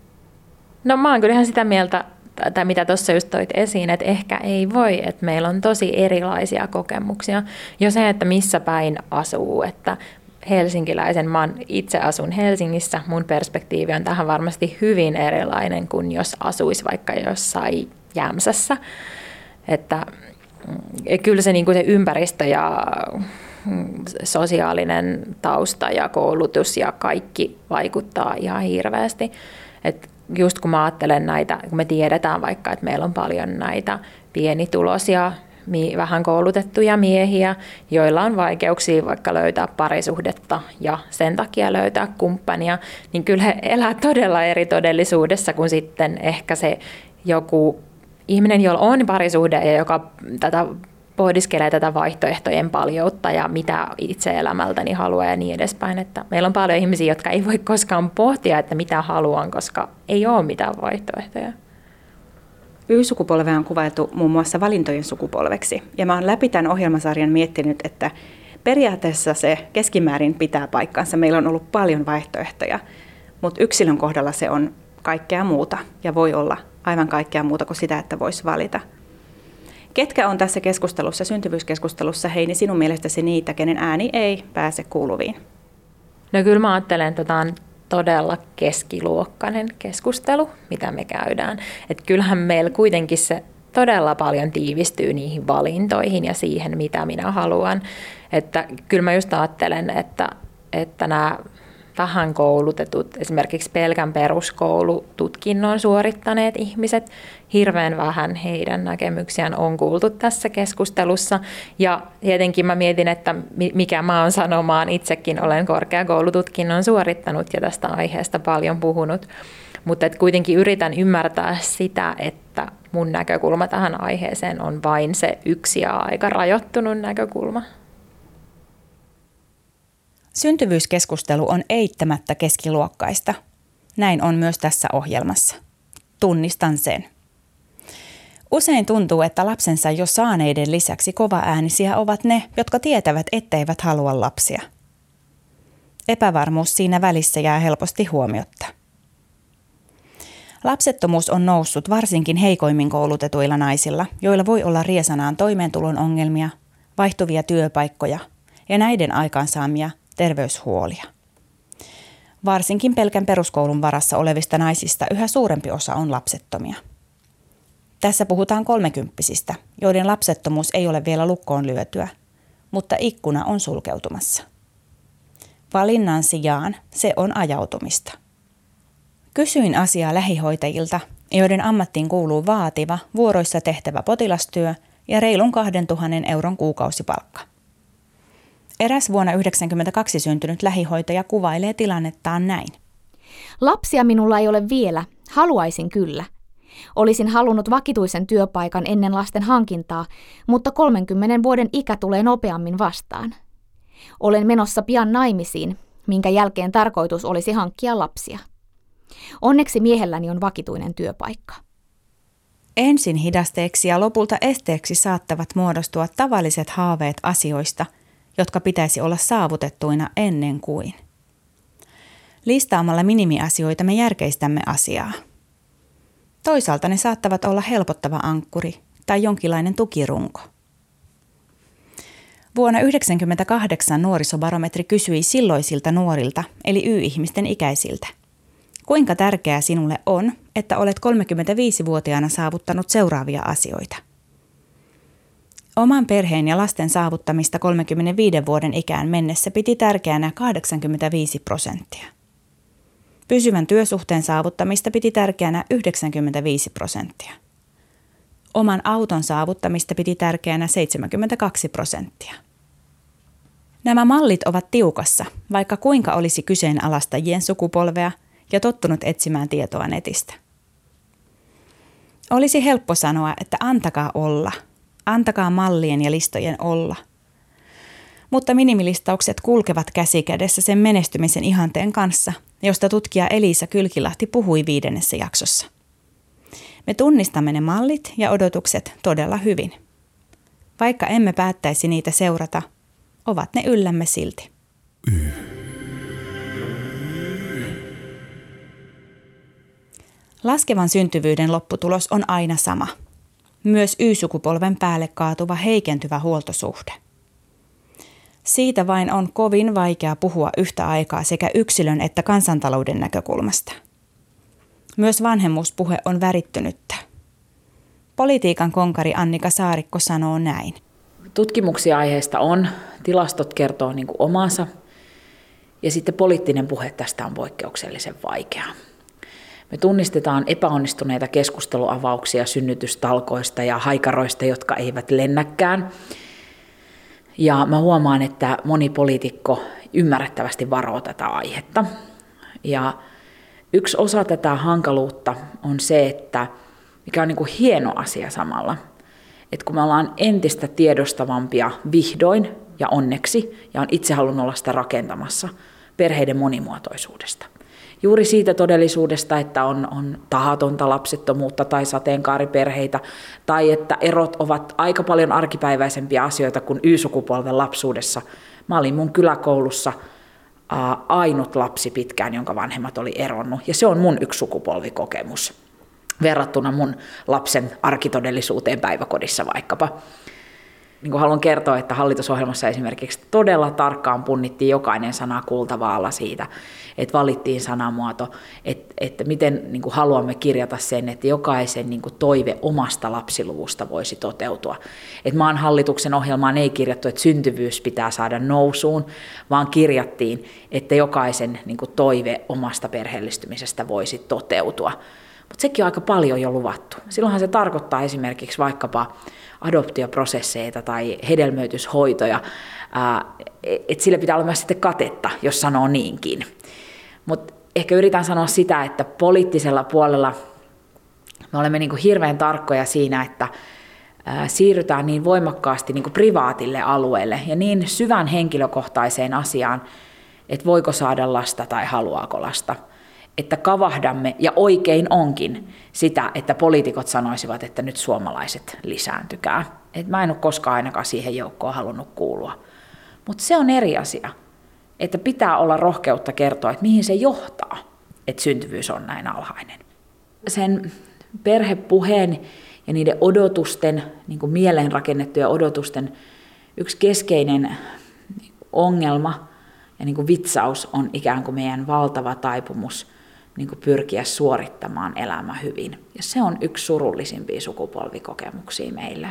No mä oon kyllä ihan sitä mieltä, tai mitä tuossa just toit esiin, että ehkä ei voi, että meillä on tosi erilaisia kokemuksia. Jo se, että missä päin asuu, että helsinkiläisen, mä itse asun Helsingissä, mun perspektiivi on tähän varmasti hyvin erilainen kuin jos asuisi vaikka jossain Jämsässä. Että kyllä se, niin kuin se ympäristö ja sosiaalinen tausta ja koulutus ja kaikki vaikuttaa ihan hirveästi. Että just kun mä ajattelen näitä, kun me tiedetään vaikka, että meillä on paljon näitä pienituloisia, vähän koulutettuja miehiä, joilla on vaikeuksia vaikka löytää parisuhdetta ja sen takia löytää kumppania, niin kyllä he elää todella eri todellisuudessa kuin sitten ehkä se joku ihminen, jolla on parisuhde ja joka pohdiskelee tätä vaihtoehtojen paljoutta ja mitä itse elämältäni haluaa ja niin edespäin. Että meillä on paljon ihmisiä, jotka ei voi koskaan pohtia, että mitä haluan, koska ei ole mitään vaihtoehtoja. Y-sukupolvea on kuvailtu muun muassa valintojen sukupolveksi. Ja mä oon läpi tämän ohjelmasarjan miettinyt, että periaatteessa se keskimäärin pitää paikkansa. Meillä on ollut paljon vaihtoehtoja, mutta yksilön kohdalla se on kaikkea muuta ja voi olla aivan kaikkea muuta kuin sitä, että voisi valita. Ketkä on tässä keskustelussa, syntyvyyskeskustelussa, Heini, sinun mielestäsi niitä, kenen ääni ei pääse kuuluviin? No kyllä mä ajattelen, että tämä on todella keskiluokkainen keskustelu, mitä me käydään. Että kyllähän meillä kuitenkin se todella paljon tiivistyy niihin valintoihin ja siihen, mitä minä haluan. Että kyllä mä just ajattelen, että nämä vähän koulutetut, esimerkiksi pelkän peruskoulututkinnon suorittaneet ihmiset, hirveän vähän heidän näkemyksiään on kuultu tässä keskustelussa. Ja tietenkin mä mietin, että mikä mä oon sanomaan, itsekin olen korkeakoulututkinnon suorittanut ja tästä aiheesta paljon puhunut. Mutta kuitenkin yritän ymmärtää sitä, että mun näkökulma tähän aiheeseen on vain se yksi ja aika rajoittunut näkökulma. Syntyvyyskeskustelu on eittämättä keskiluokkaista. Näin on myös tässä ohjelmassa. Tunnistan sen. Usein tuntuu, että lapsensa jo saaneiden lisäksi kovaäänisiä ovat ne, jotka tietävät, etteivät halua lapsia. Epävarmuus siinä välissä jää helposti huomiotta. Lapsettomuus on noussut varsinkin heikoimmin koulutetuilla naisilla, joilla voi olla riesanaan toimeentulon ongelmia, vaihtuvia työpaikkoja ja näiden aikaansaamia terveyshuolia. Varsinkin pelkän peruskoulun varassa olevista naisista yhä suurempi osa on lapsettomia. Tässä puhutaan 30-vuotiaista, joiden lapsettomuus ei ole vielä lukkoon lyötyä, mutta ikkuna on sulkeutumassa. Valinnan sijaan se on ajautumista. Kysyin asiaa lähihoitajilta, joiden ammattiin kuuluu vaativa, vuoroissa tehtävä potilastyö ja reilun 2 000 euron kuukausipalkka. Eräs vuonna 1992 syntynyt lähihoitaja kuvailee tilannettaan näin. Lapsia minulla ei ole vielä, haluaisin kyllä. Olisin halunnut vakituisen työpaikan ennen lasten hankintaa, mutta 30 vuoden ikä tulee nopeammin vastaan. Olen menossa pian naimisiin, minkä jälkeen tarkoitus olisi hankkia lapsia. Onneksi miehelläni on vakituinen työpaikka. Ensin hidasteeksi ja lopulta esteeksi saattavat muodostua tavalliset haaveet asioista, jotka pitäisi olla saavutettuina ennen kuin. Listaamalla minimiasioita me järkeistämme asiaa. Toisaalta ne saattavat olla helpottava ankkuri tai jonkinlainen tukirunko. Vuonna 1998 nuorisobarometri kysyi silloisilta nuorilta, eli Y-ihmisten ikäisiltä. Kuinka tärkeää sinulle on, että olet 35-vuotiaana saavuttanut seuraavia asioita? Oman perheen ja lasten saavuttamista 35 vuoden ikään mennessä piti tärkeänä 85%. Pysyvän työsuhteen saavuttamista piti tärkeänä 95%. Oman auton saavuttamista piti tärkeänä 72%. Nämä mallit ovat tiukassa, vaikka kuinka olisi kyseenalaistajien sukupolvea ja tottunut etsimään tietoa netistä. Olisi helppo sanoa, että antakaa olla, antakaa mallien ja listojen olla. Mutta minimilistaukset kulkevat käsi kädessä sen menestymisen ihanteen kanssa, josta tutkija Elisa Kylkilahti puhui 5. jaksossa. Me tunnistamme ne mallit ja odotukset todella hyvin. Vaikka emme päättäisi niitä seurata, ovat ne yllämme silti. Laskevan syntyvyyden lopputulos on aina sama. Myös Y-sukupolven päälle kaatuva heikentyvä huoltosuhde. Siitä vain on kovin vaikea puhua yhtä aikaa sekä yksilön että kansantalouden näkökulmasta. Myös vanhemmuuspuhe on värittynyttä. Politiikan konkari Annika Saarikko sanoo näin. Tutkimuksia aiheesta on, tilastot kertoo niin kuin omansa ja sitten poliittinen puhe tästä on poikkeuksellisen vaikeaa. Me tunnistetaan epäonnistuneita keskusteluavauksia synnytystalkoista ja haikaroista, jotka eivät lennäkään. Ja mä huomaan, että moni poliitikko ymmärrettävästi varoo tätä aihetta. Ja yksi osa tätä hankaluutta on se, että mikä on niin kuin hieno asia samalla, että kun me ollaan entistä tiedostavampia vihdoin ja onneksi, ja on itse halunnut olla sitä rakentamassa, perheiden monimuotoisuudesta. Juuri siitä todellisuudesta, että on tahatonta lapsettomuutta tai sateenkaariperheitä, tai että erot ovat aika paljon arkipäiväisempiä asioita kuin Y-sukupolven lapsuudessa. Mä olin mun kyläkoulussa ainut lapsi pitkään, jonka vanhemmat oli eronnut, ja se on mun yksi sukupolvikokemus verrattuna mun lapsen arkitodellisuuteen päiväkodissa vaikkapa. Niin kuin haluan kertoa, että hallitusohjelmassa esimerkiksi todella tarkkaan punnittiin jokainen sana kultavaalla siitä, että valittiin sanamuoto, että miten niin kuin haluamme kirjata sen, että jokaisen niin kuin toive omasta lapsiluvusta voisi toteutua. Että maan hallituksen ohjelmaan ei kirjattu, että syntyvyys pitää saada nousuun, vaan kirjattiin, että jokaisen niin kuin toive omasta perheellistymisestä voisi toteutua. Mutta sekin on aika paljon jo luvattu. Silloinhan se tarkoittaa esimerkiksi vaikkapa adoptioprosesseita tai hedelmöityshoitoja, että sille pitää olla myös sitten katetta, jos sanoo niinkin. Mutta ehkä yritän sanoa sitä, että poliittisella puolella me olemme niin kuin hirveän tarkkoja siinä, että siirrytään niin voimakkaasti niin kuin privaatille alueelle ja niin syvän henkilökohtaiseen asiaan, että voiko saada lasta tai haluaako lasta. Että kavahdamme, ja oikein onkin, sitä, että poliitikot sanoisivat, että nyt suomalaiset lisääntykää. Et mä en ole koskaan ainakaan siihen joukkoon halunnut kuulua. Mutta se on eri asia, että pitää olla rohkeutta kertoa, että mihin se johtaa, että syntyvyys on näin alhainen. Sen perhepuheen ja niiden odotusten, niin kuin mieleen rakennettujen odotusten, yksi keskeinen ongelma ja niin kuin vitsaus on ikään kuin meidän valtava taipumus niin kuin pyrkiä suorittamaan elämä hyvin. Ja se on yksi surullisimpia sukupolvikokemuksia meillä.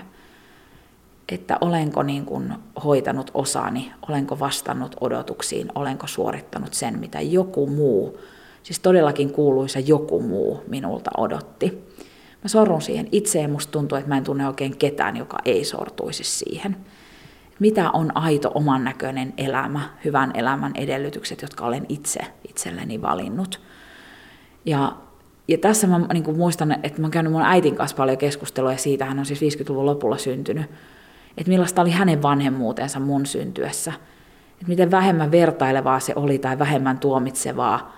Että olenko niin kuin hoitanut osani, olenko vastannut odotuksiin, olenko suorittanut sen, mitä joku muu, siis todellakin kuuluisa joku muu minulta odotti. Mä sorrun siihen itse ja musta tuntuu, että mä en tunne oikein ketään, joka ei sortuisi siihen. Mitä on aito oman näköinen elämä, hyvän elämän edellytykset, jotka olen itse itselleni valinnut. Ja tässä mä niin kuin muistan, että mä oon käynyt mun äitin kanssa paljon keskustelua, ja siitä hän on siis 50-luvun lopulla syntynyt, että millaista oli hänen vanhemmuutensa mun syntyessä. Että miten vähemmän vertailevaa se oli tai vähemmän tuomitsevaa.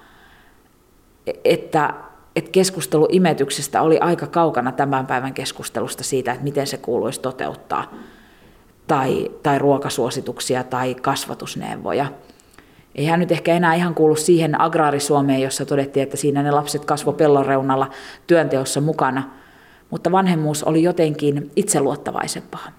Että keskustelu imetyksestä oli aika kaukana tämän päivän keskustelusta siitä, että miten se kuuluisi toteuttaa. Tai ruokasuosituksia tai kasvatusneuvoja. Ei hän nyt ehkä enää ihan kuulu siihen agraarisuomeen, jossa todettiin, että siinä ne lapset kasvoi pellon reunalla työnteossa mukana. Mutta vanhemmuus oli jotenkin itseluottavaisempaa.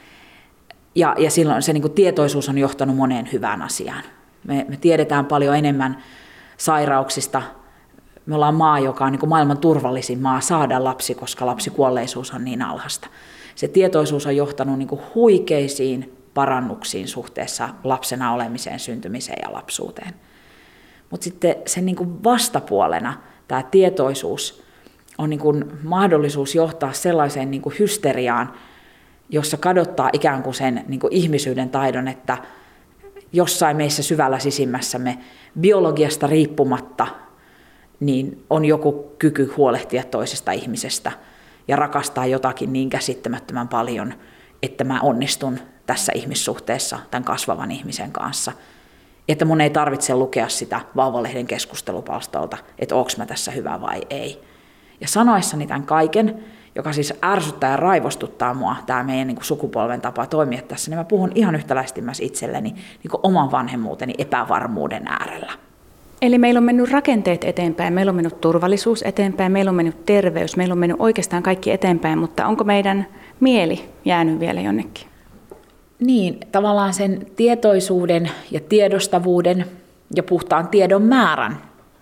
Ja silloin se niin kuin tietoisuus on johtanut moneen hyvään asiaan. Me tiedetään paljon enemmän sairauksista. Me ollaan maa, joka on niin kuin maailman turvallisin maa saada lapsi, koska lapsikuolleisuus on niin alhaista. Se tietoisuus on johtanut niin kuin huikeisiin parannuksiin suhteessa lapsena olemiseen, syntymiseen ja lapsuuteen. Mutta sitten sen niin kuin vastapuolena tämä tietoisuus on niin kuin mahdollisuus johtaa sellaiseen niin kuin hysteriaan, jossa kadottaa ikään kuin sen niin kuin ihmisyyden taidon, että jossain meissä syvällä sisimmässämme biologiasta riippumatta niin on joku kyky huolehtia toisesta ihmisestä ja rakastaa jotakin niin käsittämättömän paljon, että mä onnistun tässä ihmissuhteessa tämän kasvavan ihmisen kanssa. Että mun ei tarvitse lukea sitä vauvalehden keskustelupalstolta, että onko mä tässä hyvä vai ei. Ja sanoessani tämän kaiken, joka siis ärsyttää ja raivostuttaa mua, tämä meidän niin kuin sukupolven tapa toimia tässä, niin mä puhun ihan yhtäläisesti myös itselleni niin kuin oman vanhemmuuteni epävarmuuden äärellä. Eli meillä on mennyt rakenteet eteenpäin, meillä on mennyt turvallisuus eteenpäin, meillä on mennyt terveys, meillä on mennyt oikeastaan kaikki eteenpäin, mutta onko meidän mieli jäänyt vielä jonnekin? Niin, tavallaan sen tietoisuuden ja tiedostavuuden ja puhtaan tiedon määrän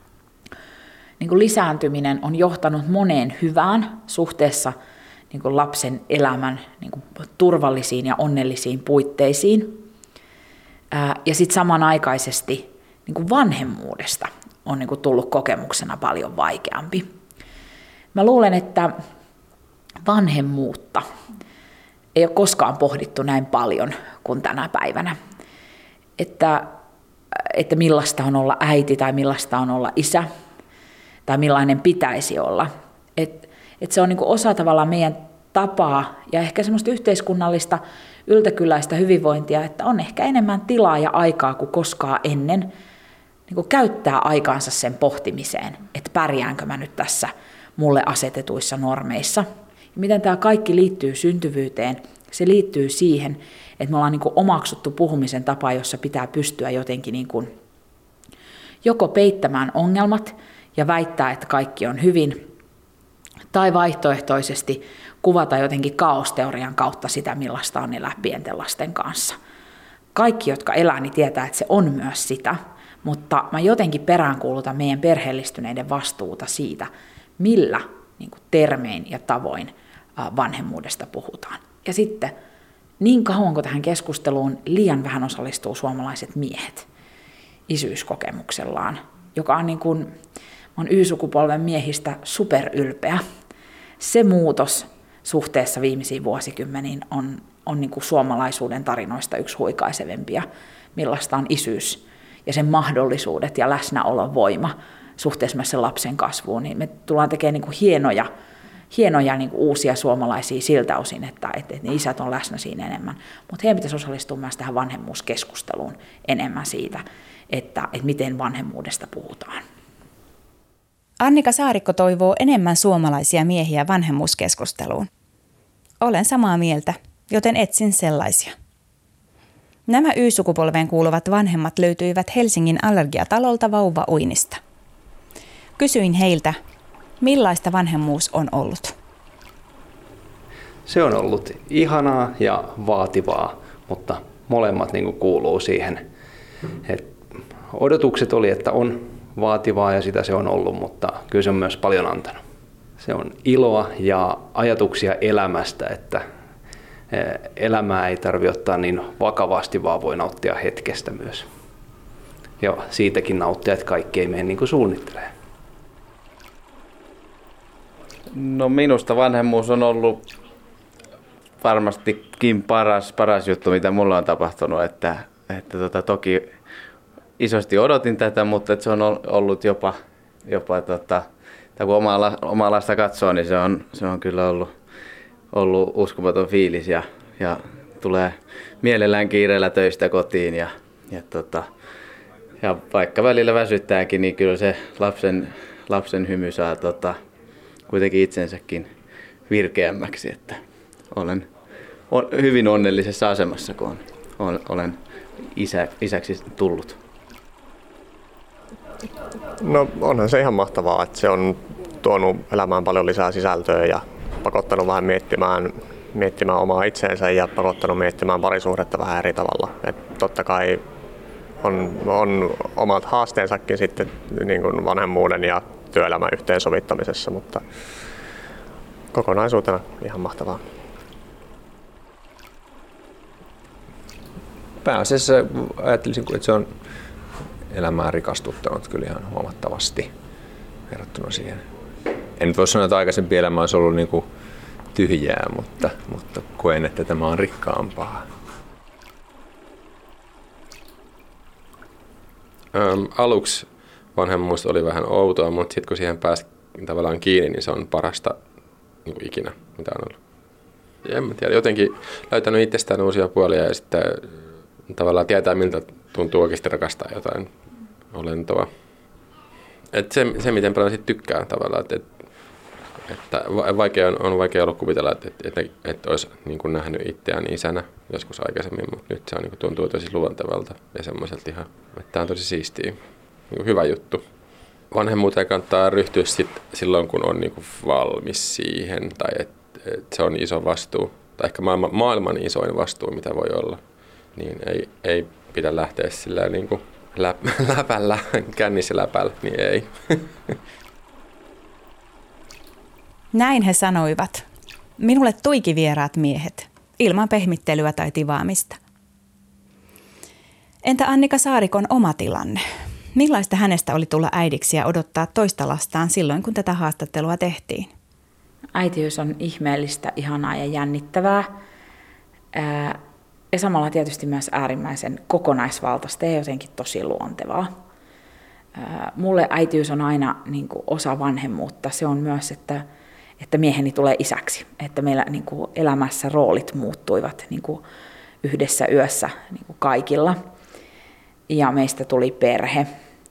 niin kuin lisääntyminen on johtanut moneen hyvään suhteessa niin kuin lapsen elämän niin kuin turvallisiin ja onnellisiin puitteisiin. Ja sitten samanaikaisesti niin kuin vanhemmuudesta on niin kuin tullut kokemuksena paljon vaikeampi. Mä luulen, että vanhemmuutta ei ole koskaan pohdittu näin paljon kuin tänä päivänä. Että millaista on olla äiti tai millaista on olla isä tai millainen pitäisi olla. Että se on niin kuin osa tavallaan meidän tapaa ja ehkä semmoista yhteiskunnallista yltäkylläistä hyvinvointia, että on ehkä enemmän tilaa ja aikaa kuin koskaan ennen niin kuin käyttää aikaansa sen pohtimiseen, että pärjäänkö mä nyt tässä mulle asetetuissa normeissa. Ja miten tämä kaikki liittyy syntyvyyteen? Se liittyy siihen, että me ollaan niin kuin omaksuttu puhumisen tapa, jossa pitää pystyä jotenkin niin kuin joko peittämään ongelmat ja väittää, että kaikki on hyvin, tai vaihtoehtoisesti kuvata jotenkin kaosteorian kautta sitä, millaista on elää pienten lasten kanssa. Kaikki, jotka elää, niin tietää, että se on myös sitä, mutta mä jotenkin peräänkuulutan meidän perheellistyneiden vastuuta siitä, millä niin kuin termein ja tavoin vanhemmuudesta puhutaan. Ja sitten niin kauan kuin tähän keskusteluun liian vähän osallistuu suomalaiset miehet isyyskokemuksellaan, joka on niin kuin, mä oon Y-sukupolven miehistä superylpeä. Se muutos suhteessa viimeisiin vuosikymmeniin on niin kuin suomalaisuuden tarinoista yksi huikaisevempia, millaista on isyys ja sen mahdollisuudet ja läsnäolon voima suhteessa myös sen lapsen kasvuun. Niin me tullaan tekemään niin kuin hienoja niin kuin uusia suomalaisia siltä osin, että ne isät on läsnä siinä enemmän. Mutta heidän pitäisi osallistua myös tähän vanhemmuuskeskusteluun enemmän siitä, että miten vanhemmuudesta puhutaan. Annika Saarikko toivoo enemmän suomalaisia miehiä vanhemmuuskeskusteluun. Olen samaa mieltä, joten etsin sellaisia. Nämä Y-sukupolveen kuuluvat vanhemmat löytyivät Helsingin Allergiatalolta vauvauinnista. Kysyin heiltä, millaista vanhemmuus on ollut. Se on ollut ihanaa ja vaativaa, mutta molemmat niin kuin kuuluu siihen. Odotukset oli, että on vaativaa ja sitä se on ollut, mutta kyllä se on myös paljon antanut. Se on iloa ja ajatuksia elämästä, että elämää ei tarvitse ottaa niin vakavasti, vaan voi nauttia hetkestä myös. Ja siitäkin nauttia, että kaikki ei mene niin kuin suunnittelee. No minusta vanhemmuus on ollut varmastikin paras juttu, mitä mulla on tapahtunut, että toki isosti odotin tätä, mutta että se on ollut jopa kun omaa lasta katsoo, niin se on kyllä ollut uskomaton fiilis ja tulee mielellään kiireellä töistä kotiin ja vaikka välillä väsyttääkin, niin kyllä se lapsen hymy saa kuitenkin itsensäkin virkeämmäksi, että olen hyvin onnellisessa asemassa, kun olen isäksi tullut. No onhan se ihan mahtavaa, että se on tuonut elämään paljon lisää sisältöä ja pakottanut vähän miettimään omaa itseensä ja pakottanut miettimään parisuhdetta vähän eri tavalla. Et totta kai on omat haasteensakin sitten niin kuin vanhemmuuden ja työelämän yhteensovittamisessa, mutta kokonaisuutena ihan mahtavaa. Pääasiassa ajattelisin, että se on elämää rikastuttanut kyllä ihan huomattavasti verrattuna siihen. En nyt voi sanoa, että aikaisempi elämä olisi ollut niin kuin tyhjää, mutta koen, että tämä on rikkaampaa. Aluksi vanhemmuus oli vähän outoa, mutta sitten kun siihen pääsi tavallaan kiinni, niin se on parasta niin kuin ikinä, mitä on ollut. Ja en tiedä, jotenkin löytänyt itsestään uusia puolia ja sitten tavallaan tietää, miltä tuntuu oikeasti rakastaa jotain olentoa. Että se miten paljon siitä tykkää tavallaan, että on vaikea ollut kuvitella, että olisi niin kuin nähnyt itseään isänä joskus aikaisemmin, mutta nyt se on, niin kuin, tuntuu tosi luontevalta ja semmoiselta ihan, että tämä on tosi siistiä, niin kuin hyvä juttu. Vanhemmuuteen kannattaa ryhtyä silloin, kun on niin kuin valmis siihen tai että se on iso vastuu tai ehkä maailman isoin vastuu, mitä voi olla. Niin ei pidä lähteä sillä niin kuin läpällä, kännissä läpällä, niin ei. Näin he sanoivat. Minulle tuiki vieraat miehet, ilman pehmittelyä tai tivaamista. Entä Annika Saarikon oma tilanne? Millaista hänestä oli tulla äidiksi ja odottaa toista lastaan silloin, kun tätä haastattelua tehtiin? Äitiys on ihmeellistä, ihanaa ja jännittävää. Ja samalla tietysti myös äärimmäisen kokonaisvaltaista ja jotenkin tosi luontevaa. Mulle äitiys on aina niin kuin osa vanhemmuutta. Se on myös, että mieheni tulee isäksi. Että meillä niin kuin elämässä roolit muuttuivat niin kuin yhdessä yössä niin kuin kaikilla. Ja meistä tuli perhe.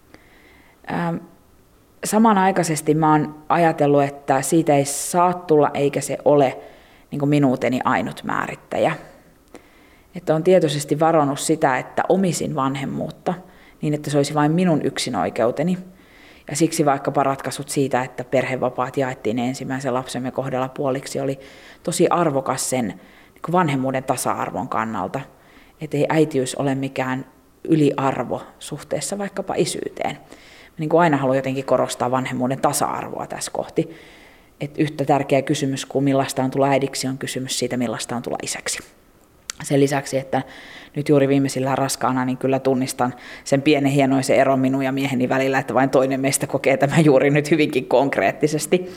Samanaikaisesti mä oon ajatellut, että siitä ei saa tulla eikä se ole niin kuin minuuteni ainut määrittäjä. Että on tietoisesti varannut sitä, että omisin vanhemmuutta niin, että se olisi vain minun yksinoikeuteni. Ja siksi vaikkapa ratkaisut siitä, että perhevapaat jaettiin ensimmäisen lapsemme kohdalla puoliksi, oli tosi arvokas sen niin kuin vanhemmuuden tasa-arvon kannalta. Että ei äitiys ole mikään yliarvo suhteessa vaikkapa isyyteen. Mä niin kuin aina haluan jotenkin korostaa vanhemmuuden tasa-arvoa tässä kohti. Että yhtä tärkeä kysymys kuin millaista on tulla äidiksi on kysymys siitä, millaista on tulla isäksi. Sen lisäksi, että nyt juuri viimeisillään raskaana, niin kyllä tunnistan sen pienen hienoisen eron minun ja mieheni välillä, että vain toinen meistä kokee tämän juuri nyt hyvinkin konkreettisesti.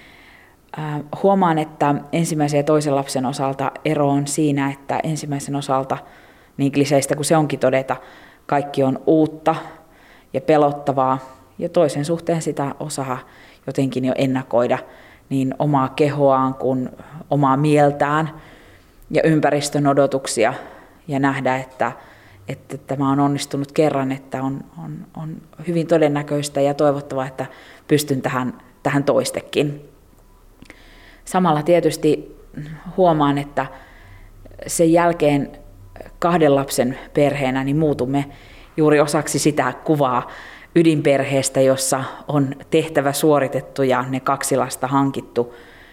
Huomaan, että ensimmäisen ja toisen lapsen osalta ero on siinä, että ensimmäisen osalta, niin kliseistä kuin se onkin todeta, kaikki on uutta ja pelottavaa, ja toisen suhteen sitä osaa jotenkin jo ennakoida niin omaa kehoaan kuin omaa mieltään, ja ympäristön odotuksia ja nähdä, että tämä on onnistunut kerran, että on hyvin todennäköistä ja toivottavaa, että pystyn tähän toistekin. Samalla tietysti huomaan, että sen jälkeen 2 lapsen perheenä niin muutumme juuri osaksi sitä kuvaa ydinperheestä, jossa on tehtävä suoritettu ja ne 2 lasta hankittu.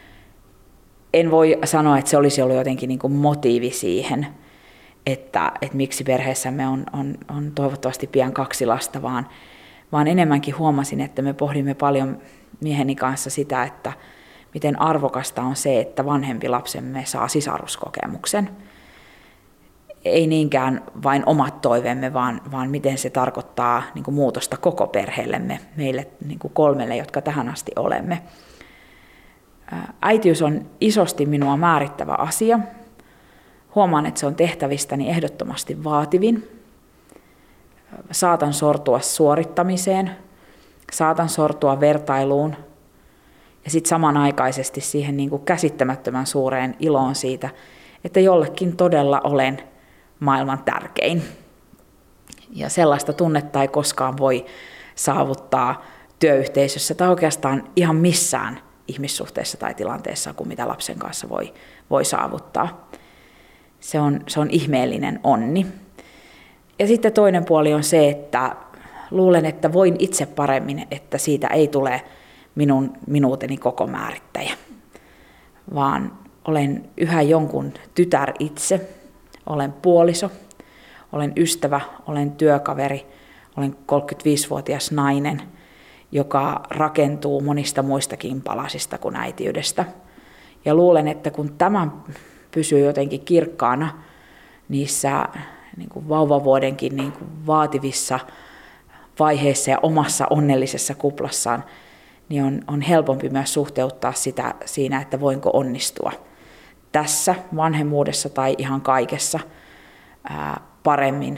En voi sanoa, että se olisi ollut jotenkin niin kuin motiivi siihen, että miksi perheessämme on toivottavasti pian 2 lasta, vaan enemmänkin huomasin, että me pohdimme paljon mieheni kanssa sitä, että miten arvokasta on se, että vanhempi lapsemme saa sisaruskokemuksen. Ei niinkään vain omat toiveemme, vaan miten se tarkoittaa niin kuin muutosta koko perheellemme, meille niin kuin 3, jotka tähän asti olemme. Äitiys on isosti minua määrittävä asia. Huomaan, että se on tehtävistäni ehdottomasti vaativin. Saatan sortua suorittamiseen, saatan sortua vertailuun ja sitten samanaikaisesti siihen niin kuin käsittämättömän suureen iloon siitä, että jollekin todella olen maailman tärkein. Ja sellaista tunnetta ei koskaan voi saavuttaa työyhteisössä tai oikeastaan ihan missään ihmissuhteessa tai tilanteessa kuin mitä lapsen kanssa voi saavuttaa. Se on ihmeellinen onni. Ja sitten toinen puoli on se, että luulen, että voin itse paremmin, että siitä ei tule minun minuuteni koko määrittäjä, vaan olen yhä jonkun tytär itse, olen puoliso, olen ystävä, olen työkaveri, olen 35-vuotias nainen, joka rakentuu monista muistakin palasista kuin äitiydestä. Ja luulen, että kun tämä pysyy jotenkin kirkkaana niissä niin kuin vauvavuodenkin niin kuin vaativissa vaiheissa ja omassa onnellisessa kuplassaan, niin on helpompi myös suhteuttaa sitä siinä, että voinko onnistua tässä vanhemmuudessa tai ihan kaikessa paremmin,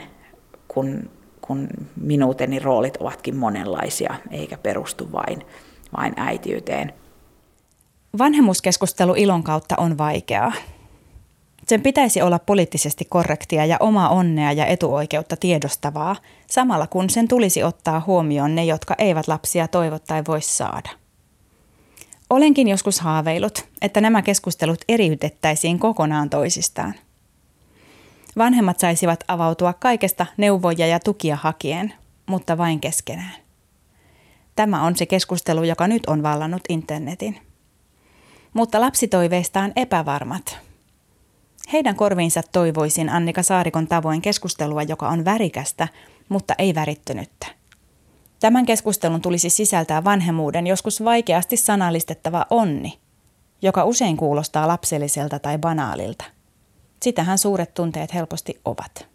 kun minuuteni roolit ovatkin monenlaisia, eikä perustu vain äitiyteen. Vanhemmuuskeskustelu ilon kautta on vaikeaa. Sen pitäisi olla poliittisesti korrektia ja omaa onnea ja etuoikeutta tiedostavaa, samalla kun sen tulisi ottaa huomioon ne, jotka eivät lapsia toivo tai voi saada. Olenkin joskus haaveillut, että nämä keskustelut eriytettäisiin kokonaan toisistaan. Vanhemmat saisivat avautua kaikesta neuvoja ja tukia hakien, mutta vain keskenään. Tämä on se keskustelu, joka nyt on vallannut internetin. Mutta lapsitoiveista on epävarmat. Heidän korviinsa toivoisin Annika Saarikon tavoin keskustelua, joka on värikästä, mutta ei värittynyttä. Tämän keskustelun tulisi sisältää vanhemmuuden joskus vaikeasti sanallistettava onni, joka usein kuulostaa lapselliselta tai banaalilta. Sitähän suuret tunteet helposti ovat.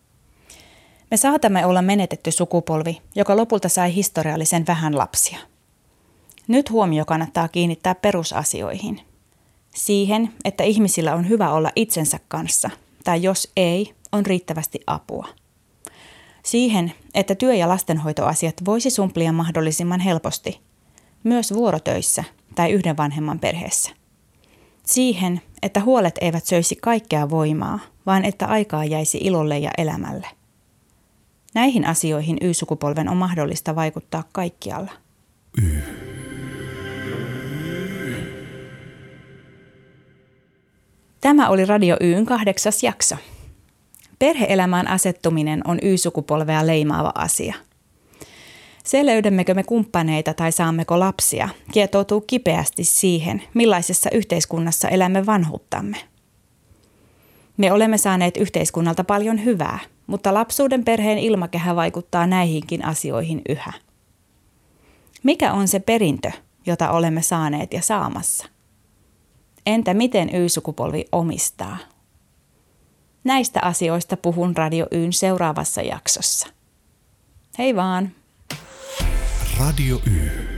Me saatamme olla menetetty sukupolvi, joka lopulta sai historiallisen vähän lapsia. Nyt huomio kannattaa kiinnittää perusasioihin. Siihen, että ihmisillä on hyvä olla itsensä kanssa, tai jos ei, on riittävästi apua. Siihen, että työ- ja lastenhoitoasiat voisi sumplia mahdollisimman helposti, myös vuorotöissä tai yhden vanhemman perheessä. Siihen, että huolet eivät söisi kaikkea voimaa, vaan että aikaa jäisi ilolle ja elämälle. Näihin asioihin Y-sukupolven on mahdollista vaikuttaa kaikkialla. Tämä oli Radio Y:n 8. jakso. Perhe-elämään asettuminen on Y-sukupolvea leimaava asia. Se, löydämmekö me kumppaneita tai saammeko lapsia, kietoutuu kipeästi siihen, millaisessa yhteiskunnassa elämme vanhuuttamme. Me olemme saaneet yhteiskunnalta paljon hyvää, mutta lapsuuden perheen ilmakehä vaikuttaa näihinkin asioihin yhä. Mikä on se perintö, jota olemme saaneet ja saamassa? Entä miten Y-sukupolvi omistaa? Näistä asioista puhun Radio Y:n seuraavassa jaksossa. Hei vaan! Radio Y.